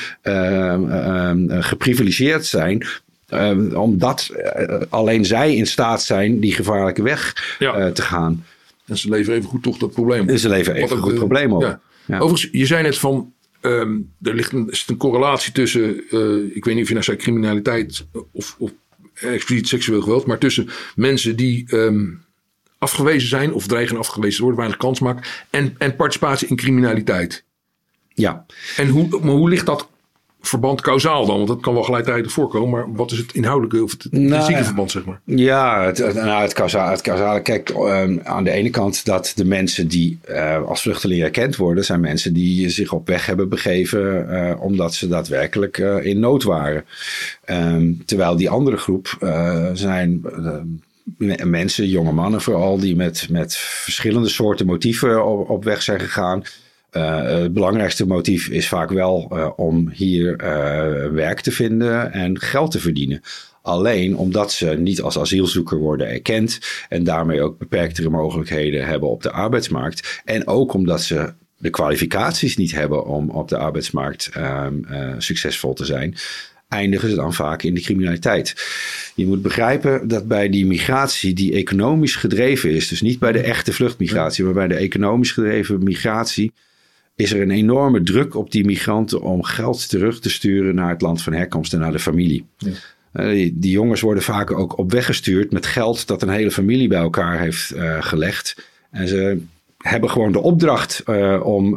geprivilegeerd zijn. Omdat alleen zij in staat zijn die gevaarlijke weg te gaan. En ze leveren even goed toch dat probleem. En ze leveren even goed probleem op. Ja. Ja. Overigens, je zei net van, er zit een correlatie tussen, ik weet niet of je nou zei criminaliteit of expliciet seksueel geweld, maar tussen mensen die afgewezen zijn of dreigen afgewezen te worden, weinig kans maken, en participatie in criminaliteit. Ja. En hoe ligt dat verband kausaal dan? Want dat kan wel gelijktijdig voorkomen, maar wat is het inhoudelijke of het fysieke verband, zeg maar? Ja, het kausale. Kijk, aan de ene kant dat de mensen die als vluchtelingen erkend worden, zijn mensen die zich op weg hebben begeven omdat ze daadwerkelijk in nood waren. Terwijl die andere groep zijn mensen, jonge mannen vooral, die met verschillende soorten motieven op weg zijn gegaan. Het belangrijkste motief is vaak wel om hier werk te vinden en geld te verdienen. Alleen omdat ze niet als asielzoeker worden erkend en daarmee ook beperktere mogelijkheden hebben op de arbeidsmarkt. En ook omdat ze de kwalificaties niet hebben om op de arbeidsmarkt succesvol te zijn, eindigen ze dan vaak in de criminaliteit. Je moet begrijpen dat bij die migratie die economisch gedreven is, dus niet bij de echte vluchtmigratie, maar bij de economisch gedreven migratie, is er een enorme druk op die migranten om geld terug te sturen naar het land van herkomst en naar de familie. Ja. Die jongens worden vaak ook op weg gestuurd met geld dat een hele familie bij elkaar heeft gelegd. En ze hebben gewoon de opdracht om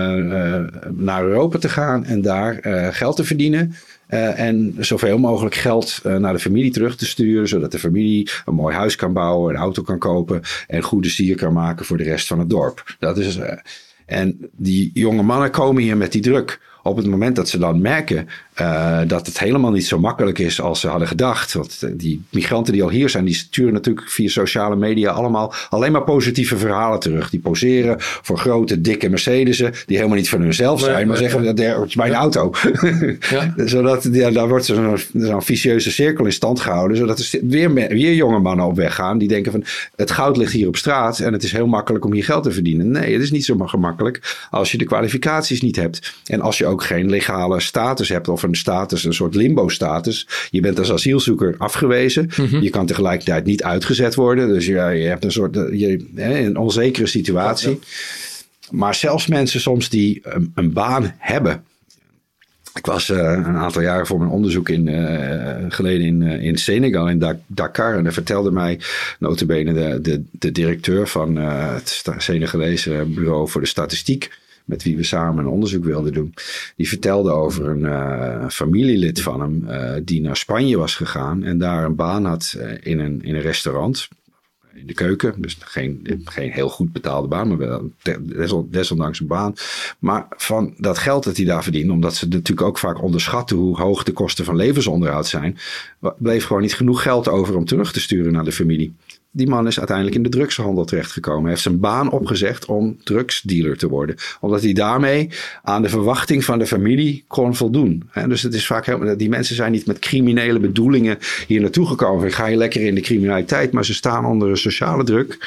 naar Europa te gaan en daar geld te verdienen. En zoveel mogelijk geld naar de familie terug te sturen, zodat de familie een mooi huis kan bouwen, een auto kan kopen en goede sier kan maken voor de rest van het dorp. Dat is, en die jonge mannen komen hier met die druk. Op het moment dat ze dan merken dat het helemaal niet zo makkelijk is als ze hadden gedacht. Want die migranten die al hier zijn, die sturen natuurlijk via sociale media allemaal alleen maar positieve verhalen terug. Die poseren voor grote, dikke Mercedes'en die helemaal niet van hunzelf zijn, maar zeggen dat is mijn auto. Ja. Zodat daar wordt zo'n vicieuze cirkel in stand gehouden. Zodat er weer jonge mannen op weg gaan die denken van het goud ligt hier op straat en het is heel makkelijk om hier geld te verdienen. Nee, het is niet zo gemakkelijk als je de kwalificaties niet hebt. En als je ook geen legale status hebt of een soort limbo-status. Je bent als asielzoeker afgewezen. Mm-hmm. Je kan tegelijkertijd niet uitgezet worden. Dus je hebt een soort een onzekere situatie. Ja. Maar zelfs mensen soms die een baan hebben. Ik was een aantal jaren voor mijn onderzoek geleden in Senegal, in Dakar. En daar vertelde mij nota bene de directeur van het Senegalese Bureau voor de Statistiek, met wie we samen een onderzoek wilden doen. Die vertelde over een familielid van hem die naar Spanje was gegaan en daar een baan had in een restaurant. In de keuken, dus geen heel goed betaalde baan, maar wel desondanks een baan. Maar van dat geld dat hij daar verdiende, omdat ze natuurlijk ook vaak onderschatten hoe hoog de kosten van levensonderhoud zijn, bleef gewoon niet genoeg geld over om terug te sturen naar de familie. Die man is uiteindelijk in de drugshandel terechtgekomen. Hij heeft zijn baan opgezegd om drugsdealer te worden. Omdat hij daarmee aan de verwachting van de familie kon voldoen. Dus het is vaak die mensen zijn niet met criminele bedoelingen hier naartoe gekomen. Ik ga hier lekker in de criminaliteit, maar ze staan onder een sociale druk.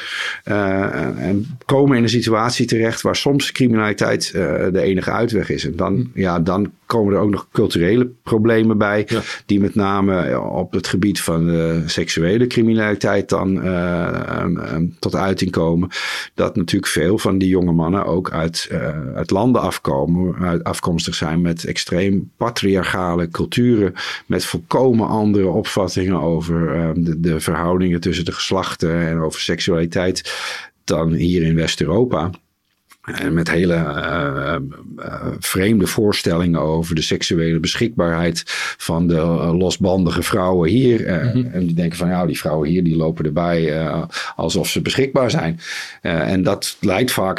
En komen in een situatie terecht waar soms criminaliteit de enige uitweg is. En dan komen er ook nog culturele problemen bij. Ja. Die met name op het gebied van de seksuele criminaliteit dan tot uiting komen. Dat natuurlijk veel van die jonge mannen ook uit landen afkomstig zijn met extreem patriarchale culturen. Met volkomen andere opvattingen over de verhoudingen tussen de geslachten en over seksualiteit dan hier in West-Europa. En met hele vreemde voorstellingen over de seksuele beschikbaarheid van de losbandige vrouwen hier. En die denken van die vrouwen hier die lopen erbij alsof ze beschikbaar zijn. En dat leidt vaak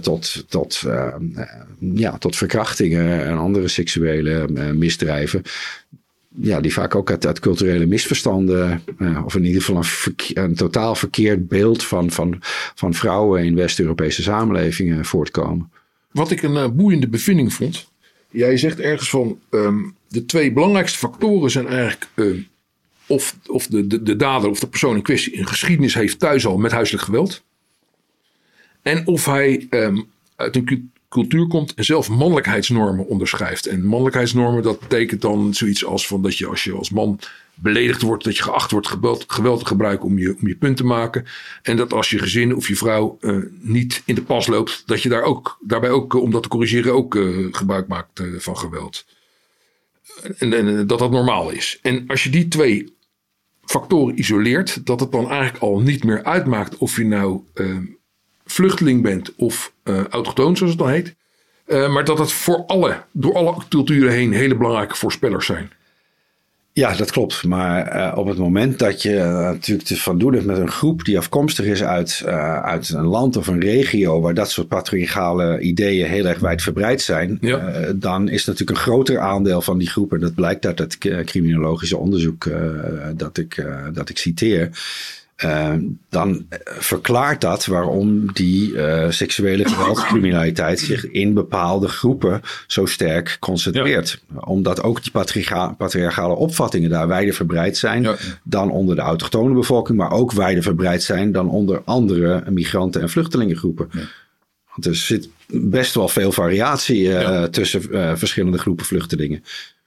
tot verkrachtingen en andere seksuele misdrijven. Ja, die vaak ook uit culturele misverstanden, of in ieder geval een totaal verkeerd beeld van vrouwen in West-Europese samenlevingen voortkomen. Wat ik een boeiende bevinding vond. Jij zegt ergens van de twee belangrijkste factoren zijn eigenlijk of de dader of de persoon in kwestie een geschiedenis heeft thuis al met huiselijk geweld. En of hij uit een cultuur komt en zelf mannelijkheidsnormen onderschrijft. En mannelijkheidsnormen, dat betekent dan zoiets als van dat je als je als man beledigd wordt, dat je geacht wordt geweld te gebruiken om je punt te maken. En dat als je gezin of je vrouw niet in de pas loopt, dat je daarbij ook, om dat te corrigeren, ook gebruik maakt van geweld. En dat normaal is. En als je die twee factoren isoleert, dat het dan eigenlijk al niet meer uitmaakt of je nou vluchteling bent of autochtoon, zoals het dan heet. Maar dat het door alle culturen heen hele belangrijke voorspellers zijn. Ja, dat klopt. Maar op het moment dat je natuurlijk te van doen hebt met een groep die afkomstig is uit een land of een regio waar dat soort patriarchale ideeën heel erg wijdverbreid zijn, dan is natuurlijk een groter aandeel van die groep, en dat blijkt uit het criminologische onderzoek dat ik citeer, dan verklaart dat waarom die seksuele geweldscriminaliteit zich in bepaalde groepen zo sterk concentreert. Ja. Omdat ook die patriarchale opvattingen daar wijdverbreid zijn dan onder de autochtone bevolking, maar ook wijdverbreid zijn dan onder andere migranten- en vluchtelingengroepen. Ja. Want er zit best wel veel variatie tussen verschillende groepen vluchtelingen.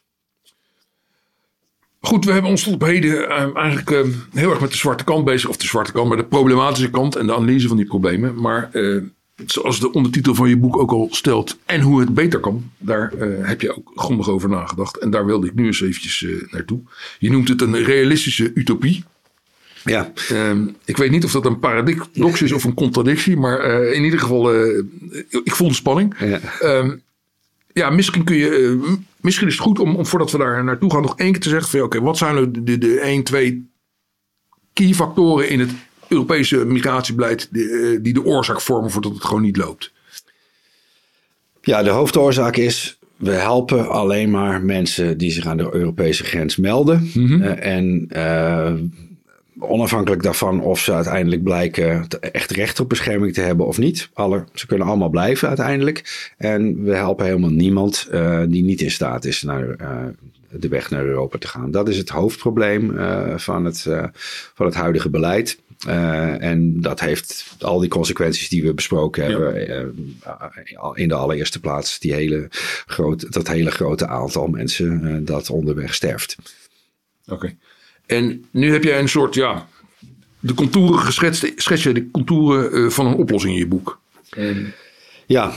Goed, we hebben ons tot op heden eigenlijk heel erg met de zwarte kant bezig. Of de zwarte kant, maar de problematische kant en de analyse van die problemen. Maar zoals de ondertitel van je boek ook al stelt, en hoe het beter kan. Daar heb je ook grondig over nagedacht. En daar wilde ik nu eens eventjes naartoe. Je noemt het een realistische utopie. Ja. Ik weet niet of dat een paradox is of een contradictie. Maar in ieder geval, ik voel de spanning. Ja. Misschien is het goed om voordat we daar naartoe gaan nog één keer te zeggen van oké, wat zijn nou de 1, 2 key factoren in het Europese migratiebeleid die de oorzaak vormen voordat het gewoon niet loopt? Ja, de hoofdoorzaak is, we helpen alleen maar mensen die zich aan de Europese grens melden. Mm-hmm. Onafhankelijk daarvan of ze uiteindelijk blijken echt recht op bescherming te hebben of niet. Ze kunnen allemaal blijven uiteindelijk. En we helpen helemaal niemand die niet in staat is naar de weg naar Europa te gaan. Dat is het hoofdprobleem van het huidige beleid. En dat heeft al die consequenties die we besproken hebben. In de allereerste plaats dat hele grote aantal mensen dat onderweg sterft. Oké. En nu heb jij een soort, de contouren geschetst. Schets je de contouren van een oplossing in je boek? Ja,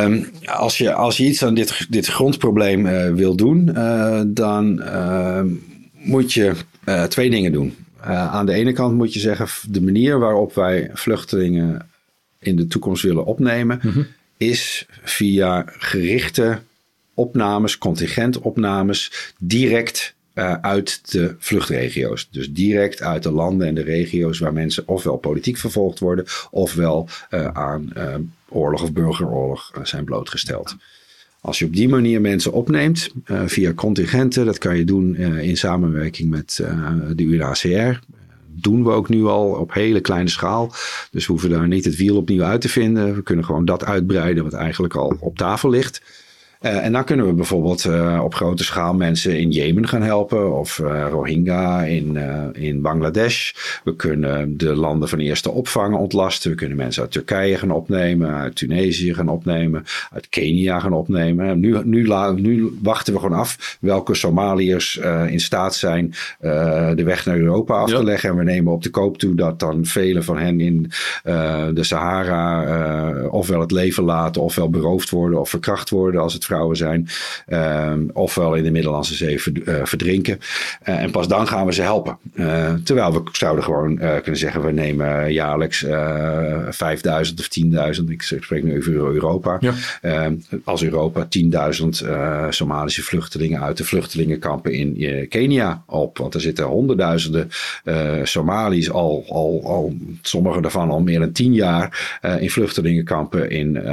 als je iets aan dit grondprobleem wil doen, dan moet je 2 dingen doen. Aan de ene kant moet je zeggen, de manier waarop wij vluchtelingen in de toekomst willen opnemen, is via gerichte opnames, contingentopnames, direct uit de vluchtregio's. Dus direct uit de landen en de regio's waar mensen ofwel politiek vervolgd worden, ofwel aan oorlog of burgeroorlog zijn blootgesteld. Als je op die manier mensen opneemt via contingenten, dat kan je doen in samenwerking met de UNHCR. Doen we ook nu al op hele kleine schaal. Dus we hoeven daar niet het wiel opnieuw uit te vinden. We kunnen gewoon dat uitbreiden wat eigenlijk al op tafel ligt. En dan kunnen we bijvoorbeeld op grote schaal mensen in Jemen gaan helpen. Of Rohingya in Bangladesh. We kunnen de landen van eerste opvang ontlasten. We kunnen mensen uit Turkije gaan opnemen. Uit Tunesië gaan opnemen. Uit Kenia gaan opnemen. Nu wachten we gewoon af welke Somaliërs in staat zijn de weg naar Europa af te leggen. En we nemen op de koop toe dat dan velen van hen in de Sahara ofwel het leven laten. Ofwel beroofd worden of verkracht worden als het vrouwen zijn. Ofwel in de Middellandse Zee verdrinken. En pas dan gaan we ze helpen. Terwijl we zouden gewoon kunnen zeggen, we nemen jaarlijks 5000 of 10.000. Ik spreek nu over Europa. Ja. Als Europa 10.000 Somalische vluchtelingen uit de vluchtelingenkampen in Kenia op. Want er zitten honderdduizenden Somali's al sommige daarvan al meer dan 10 jaar in vluchtelingenkampen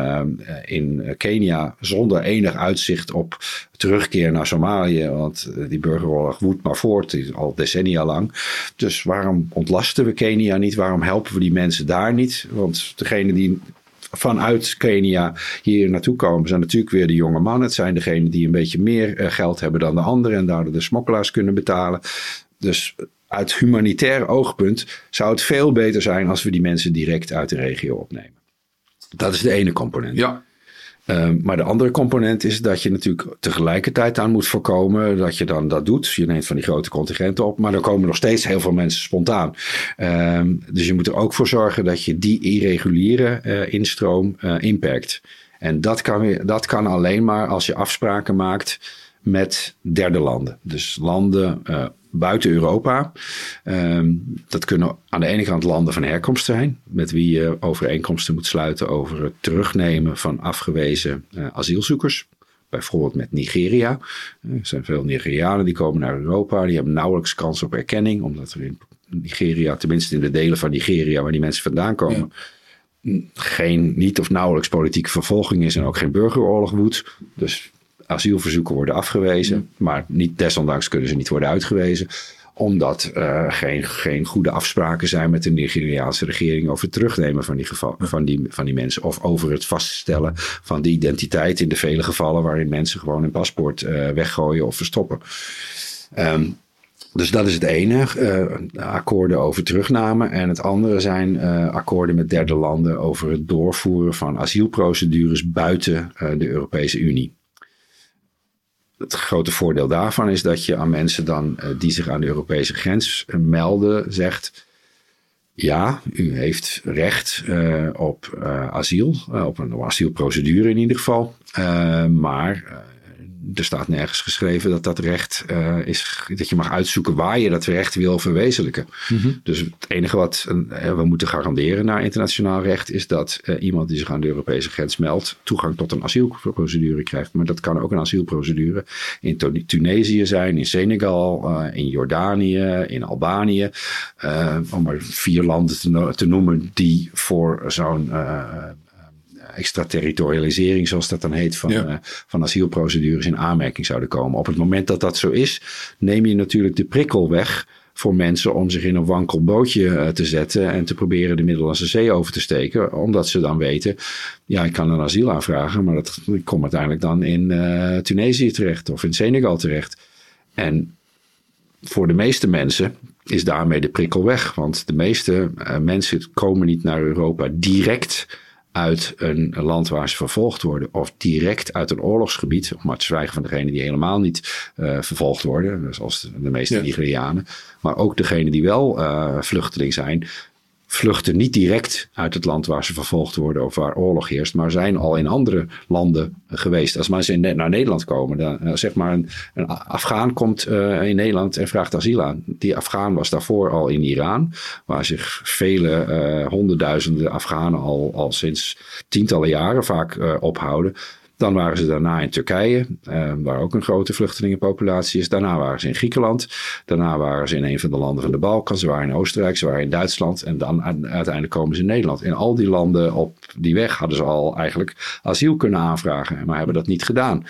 in Kenia zonder enig uitzicht op terugkeer naar Somalië. Want die burgeroorlog woedt maar voort, al decennia lang. Dus waarom ontlasten we Kenia niet? Waarom helpen we die mensen daar niet? Want degene die vanuit Kenia hier naartoe komen zijn natuurlijk weer de jonge mannen. Het zijn degenen die een beetje meer geld hebben dan de anderen en daardoor de smokkelaars kunnen betalen. Dus uit humanitair oogpunt zou het veel beter zijn als we die mensen direct uit de regio opnemen. Dat is de ene component. Ja. Maar de andere component is dat je natuurlijk tegelijkertijd aan moet voorkomen dat je dan dat doet. Je neemt van die grote contingenten op, maar dan komen nog steeds heel veel mensen spontaan. Dus je moet er ook voor zorgen dat je die irreguliere instroom inperkt. En dat kan alleen maar als je afspraken maakt met derde landen. Dus landen buiten Europa. Dat kunnen aan de ene kant landen van herkomst zijn, met wie je overeenkomsten moet sluiten over het terugnemen van afgewezen asielzoekers. Bijvoorbeeld met Nigeria. Er zijn veel Nigerianen die komen naar Europa. Die hebben nauwelijks kans op erkenning, omdat er in Nigeria, tenminste in de delen van Nigeria waar die mensen vandaan komen, geen niet of nauwelijks politieke vervolging is en ook geen burgeroorlog woedt. Dus asielverzoeken worden afgewezen, maar desondanks kunnen ze niet worden uitgewezen. Omdat geen goede afspraken zijn met de Nigeriaanse regering over het terugnemen van die mensen. Of over het vaststellen van de identiteit in de vele gevallen waarin mensen gewoon hun paspoort weggooien of verstoppen. Dus dat is het ene, akkoorden over terugname. En het andere zijn akkoorden met derde landen over het doorvoeren van asielprocedures buiten de Europese Unie. Het grote voordeel daarvan is dat je aan mensen dan die zich aan de Europese grens melden zegt: ja, u heeft recht op asiel, op een asielprocedure in ieder geval. Maar er staat nergens geschreven dat recht is, dat je mag uitzoeken waar je dat recht wil verwezenlijken. Mm-hmm. Dus het enige wat we moeten garanderen naar internationaal recht is dat iemand die zich aan de Europese grens meldt toegang tot een asielprocedure krijgt. Maar dat kan ook een asielprocedure in Tunesië zijn, in Senegal, in Jordanië, in Albanië. Om maar 4 landen te noemen die voor zo'n extraterritorialisering, zoals dat dan heet, van asielprocedures in aanmerking zouden komen. Op het moment dat dat zo is, neem je natuurlijk de prikkel weg voor mensen om zich in een wankel bootje te zetten en te proberen de Middellandse Zee over te steken. Omdat ze dan weten, ja, ik kan een asiel aanvragen, maar dat komt uiteindelijk dan in Tunesië terecht of in Senegal terecht. En voor de meeste mensen is daarmee de prikkel weg. Want de meeste mensen komen niet naar Europa direct uit een land waar ze vervolgd worden, of direct uit een oorlogsgebied, om maar te zwijgen van degenen die helemaal niet vervolgd worden, zoals de meeste Nigerianen. Maar ook degenen die wel vluchteling zijn, vluchten niet direct uit het land waar ze vervolgd worden of waar oorlog heerst, maar zijn al in andere landen geweest. Als mensen naar Nederland komen, dan zeg maar een Afghaan komt in Nederland en vraagt asiel aan. Die Afghaan was daarvoor al in Iran, waar zich vele honderdduizenden Afghanen al sinds tientallen jaren vaak ophouden. Dan waren ze daarna in Turkije, waar ook een grote vluchtelingenpopulatie is. Daarna waren ze in Griekenland. Daarna waren ze in een van de landen van de Balkan. Ze waren in Oostenrijk, ze waren in Duitsland. En dan uiteindelijk komen ze in Nederland. In al die landen op die weg hadden ze al eigenlijk asiel kunnen aanvragen. Maar hebben dat niet gedaan.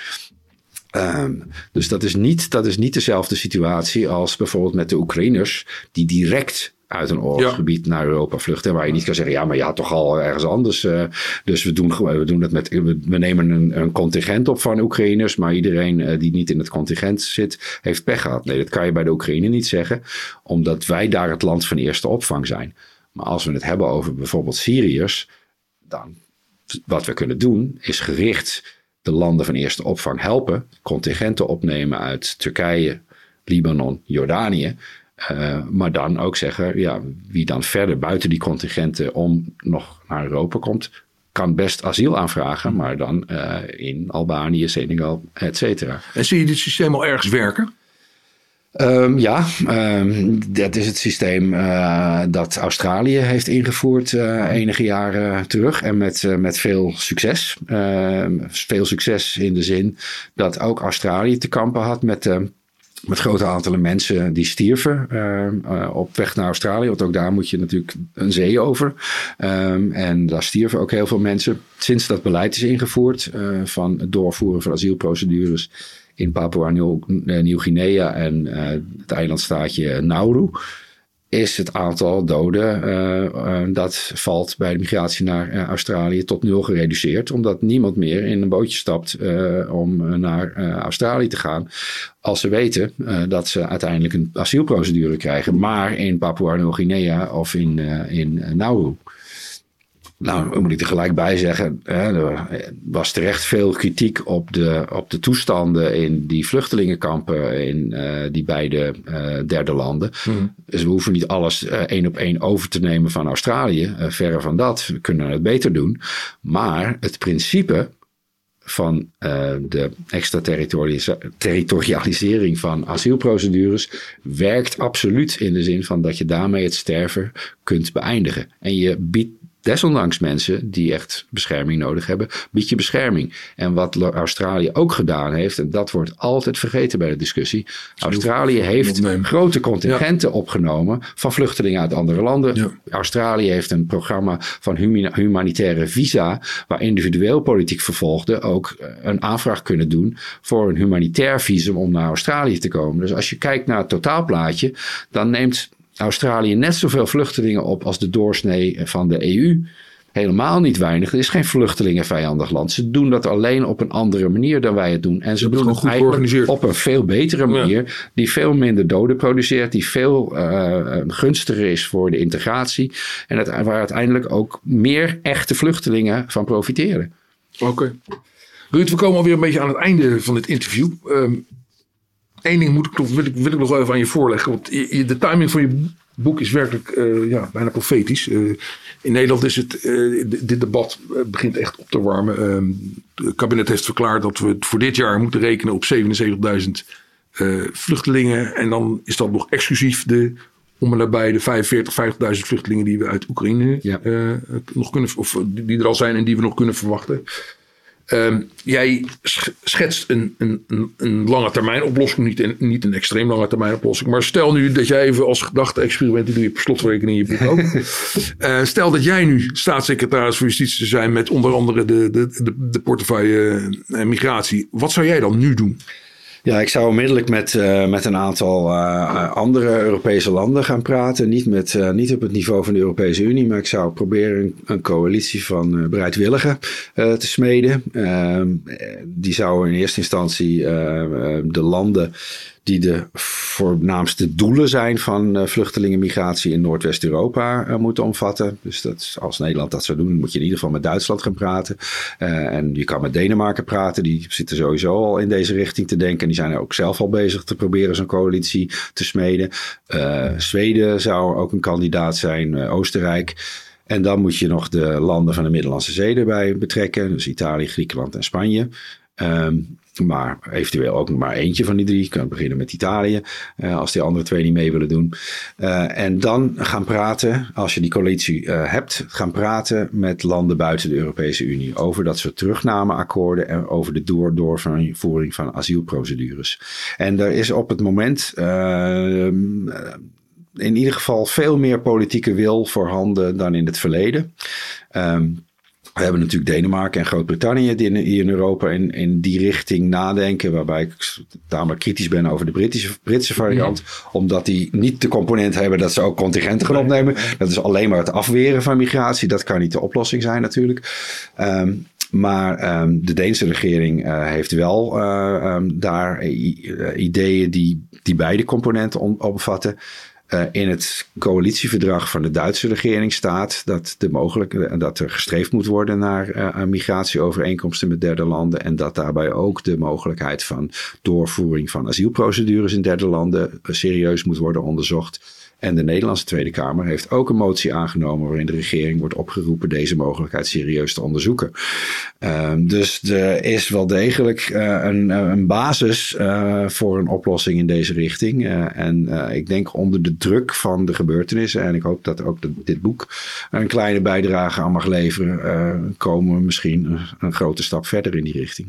Dus dat is niet dezelfde situatie als bijvoorbeeld met de Oekraïners, die direct uit een oorlogsgebied naar Europa vluchten. Waar je niet kan zeggen, ja, maar je had toch al ergens anders. Dus we doen het we nemen een contingent op van Oekraïners, maar iedereen die niet in het contingent zit, heeft pech gehad. Nee, dat kan je bij de Oekraïne niet zeggen, omdat wij daar het land van eerste opvang zijn. Maar als we het hebben over bijvoorbeeld Syriërs, dan wat we kunnen doen, is gericht de landen van eerste opvang helpen, contingenten opnemen uit Turkije, Libanon, Jordanië. Maar dan ook zeggen, ja, wie dan verder buiten die contingenten om nog naar Europa komt, kan best asiel aanvragen, maar dan in Albanië, Senegal, et cetera. En zie je dit systeem al ergens werken? Dat is het systeem dat Australië heeft ingevoerd enige jaren terug. En met veel succes. Veel succes in de zin dat ook Australië te kampen had met grote aantallen mensen die stierven op weg naar Australië. Want ook daar moet je natuurlijk een zee over. En daar stierven ook heel veel mensen. Sinds dat beleid is ingevoerd van het doorvoeren van asielprocedures in Papua-Nieuw-Guinea en het eilandstaatje Nauru, is het aantal doden dat valt bij de migratie naar Australië tot 0 gereduceerd. Omdat niemand meer in een bootje stapt om naar Australië te gaan. Als ze weten dat ze uiteindelijk een asielprocedure krijgen, maar in Papua-Nieuw-Guinea of in Nauru. Nou, dan moet ik er gelijk bij zeggen, er was terecht veel kritiek op de toestanden in die vluchtelingenkampen in die beide derde landen. Mm. Dus we hoeven niet alles 1 op 1 over te nemen van Australië. Verre van dat, we kunnen het beter doen. Maar het principe van de extraterritorialisering van asielprocedures werkt absoluut in de zin van dat je daarmee het sterven kunt beëindigen. En je biedt desondanks mensen die echt bescherming nodig hebben, bied je bescherming. En wat Australië ook gedaan heeft, en dat wordt altijd vergeten bij de discussie. Australië heeft grote contingenten opgenomen van vluchtelingen uit andere landen. Ja. Australië heeft een programma van humanitaire visa, waar individueel politiek vervolgden ook een aanvraag kunnen doen voor een humanitair visum om naar Australië te komen. Dus als je kijkt naar het totaalplaatje, dan neemt Australië net zoveel vluchtelingen op als de doorsnee van de EU. Helemaal niet weinig. Er is geen vluchtelingenvijandig land. Ze doen dat alleen op een andere manier dan wij het doen. En ze doen het eigenlijk op een veel betere manier. Die veel minder doden produceert. Die veel gunstiger is voor de integratie. En waar uiteindelijk ook meer echte vluchtelingen van profiteren. Oké. Ruud, we komen alweer een beetje aan het einde van dit interview. Eén ding wil ik nog wel even aan je voorleggen. Want de timing van je boek is werkelijk bijna profetisch. In Nederland is dit debat begint echt op te warmen. Het kabinet heeft verklaard dat we voor dit jaar moeten rekenen op 77.000 vluchtelingen. En dan is dat nog exclusief om en nabij de 50.000 vluchtelingen die we uit Oekraïne nog kunnen, of die er al zijn en die we nog kunnen verwachten. Jij schetst een lange termijn oplossing, niet een extreem lange termijn oplossing. Maar stel nu dat jij even als gedachte-experiment, die doe je per slotverrekening in je boek ook. Stel dat jij nu staatssecretaris voor Justitie zou zijn met onder andere de portefeuille migratie. Wat zou jij dan nu doen? Ja, ik zou onmiddellijk met een aantal andere Europese landen gaan praten. Niet op het niveau van de Europese Unie, maar ik zou proberen een coalitie van bereidwilligen te smeden. Die zou in eerste instantie de landen die de voornaamste doelen zijn van vluchtelingenmigratie in Noordwest-Europa moeten omvatten. Dus als Nederland dat zou doen, moet je in ieder geval met Duitsland gaan praten. En je kan met Denemarken praten. Die zitten sowieso al in deze richting te denken. En die zijn ook zelf al bezig te proberen zo'n coalitie te smeden. Zweden zou ook een kandidaat zijn. Oostenrijk. En dan moet je nog de landen van de Middellandse Zee erbij betrekken. Dus Italië, Griekenland en Spanje. Maar eventueel ook nog maar eentje van die drie. Je kan beginnen met Italië, als die andere twee niet mee willen doen. En dan gaan praten, als je die coalitie hebt, gaan praten met landen buiten de Europese Unie over dat soort terugnameakkoorden en over de doorvoering van asielprocedures. En er is op het moment in ieder geval veel meer politieke wil voorhanden dan in het verleden. We hebben natuurlijk Denemarken en Groot-Brittannië die in Europa in die richting nadenken. Waarbij ik tamelijk kritisch ben over de Britse variant. Omdat die niet de component hebben dat ze ook contingenten gaan opnemen. Dat is alleen maar het afweren van migratie. Dat kan niet de oplossing zijn natuurlijk. Maar de Deense regering heeft wel daar ideeën die beide componenten omvatten. In het coalitieverdrag van de Duitse regering staat dat er gestreefd moet worden naar migratieovereenkomsten met derde landen. En dat daarbij ook de mogelijkheid van doorvoering van asielprocedures in derde landen serieus moet worden onderzocht. En de Nederlandse Tweede Kamer heeft ook een motie aangenomen waarin de regering wordt opgeroepen deze mogelijkheid serieus te onderzoeken. Dus er is wel degelijk een basis voor een oplossing in deze richting. En ik denk onder de druk van de gebeurtenissen, en ik hoop dat ook dit boek een kleine bijdrage aan mag leveren, komen we misschien een grote stap verder in die richting.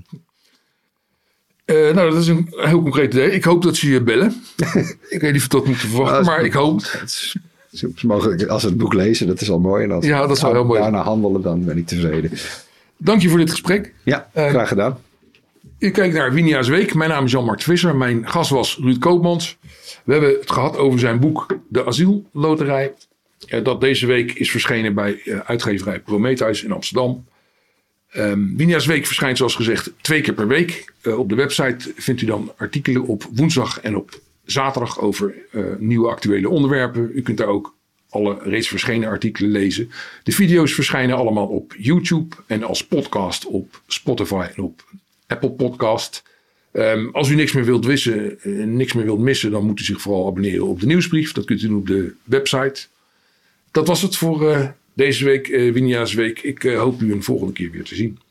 Dat is een heel concreet idee. Ik hoop dat ze je bellen. Ik weet niet of dat moet verwachten, maar ik hoop. Als ze het boek lezen, dat is al mooi. En als dat zou heel mooi daarna handelen, dan ben ik tevreden. Dank je voor dit gesprek. Ja, graag gedaan. U kijkt naar Winia's Week. Mijn naam is Jan-Mart Visser. Mijn gast was Ruud Koopmans. We hebben het gehad over zijn boek De Asielloterij. Dat deze week is verschenen bij uitgeverij Prometheus in Amsterdam. Winia's Week verschijnt zoals gezegd 2 keer per week. Op de website vindt u dan artikelen op woensdag en op zaterdag over nieuwe actuele onderwerpen. U kunt daar ook alle reeds verschenen artikelen lezen. De video's verschijnen allemaal op YouTube en als podcast op Spotify en op Apple Podcast. Als u niks meer wilt missen, dan moet u zich vooral abonneren op de nieuwsbrief. Dat kunt u doen op de website. Dat was het voor deze week, Winia's Week. Ik hoop u een volgende keer weer te zien.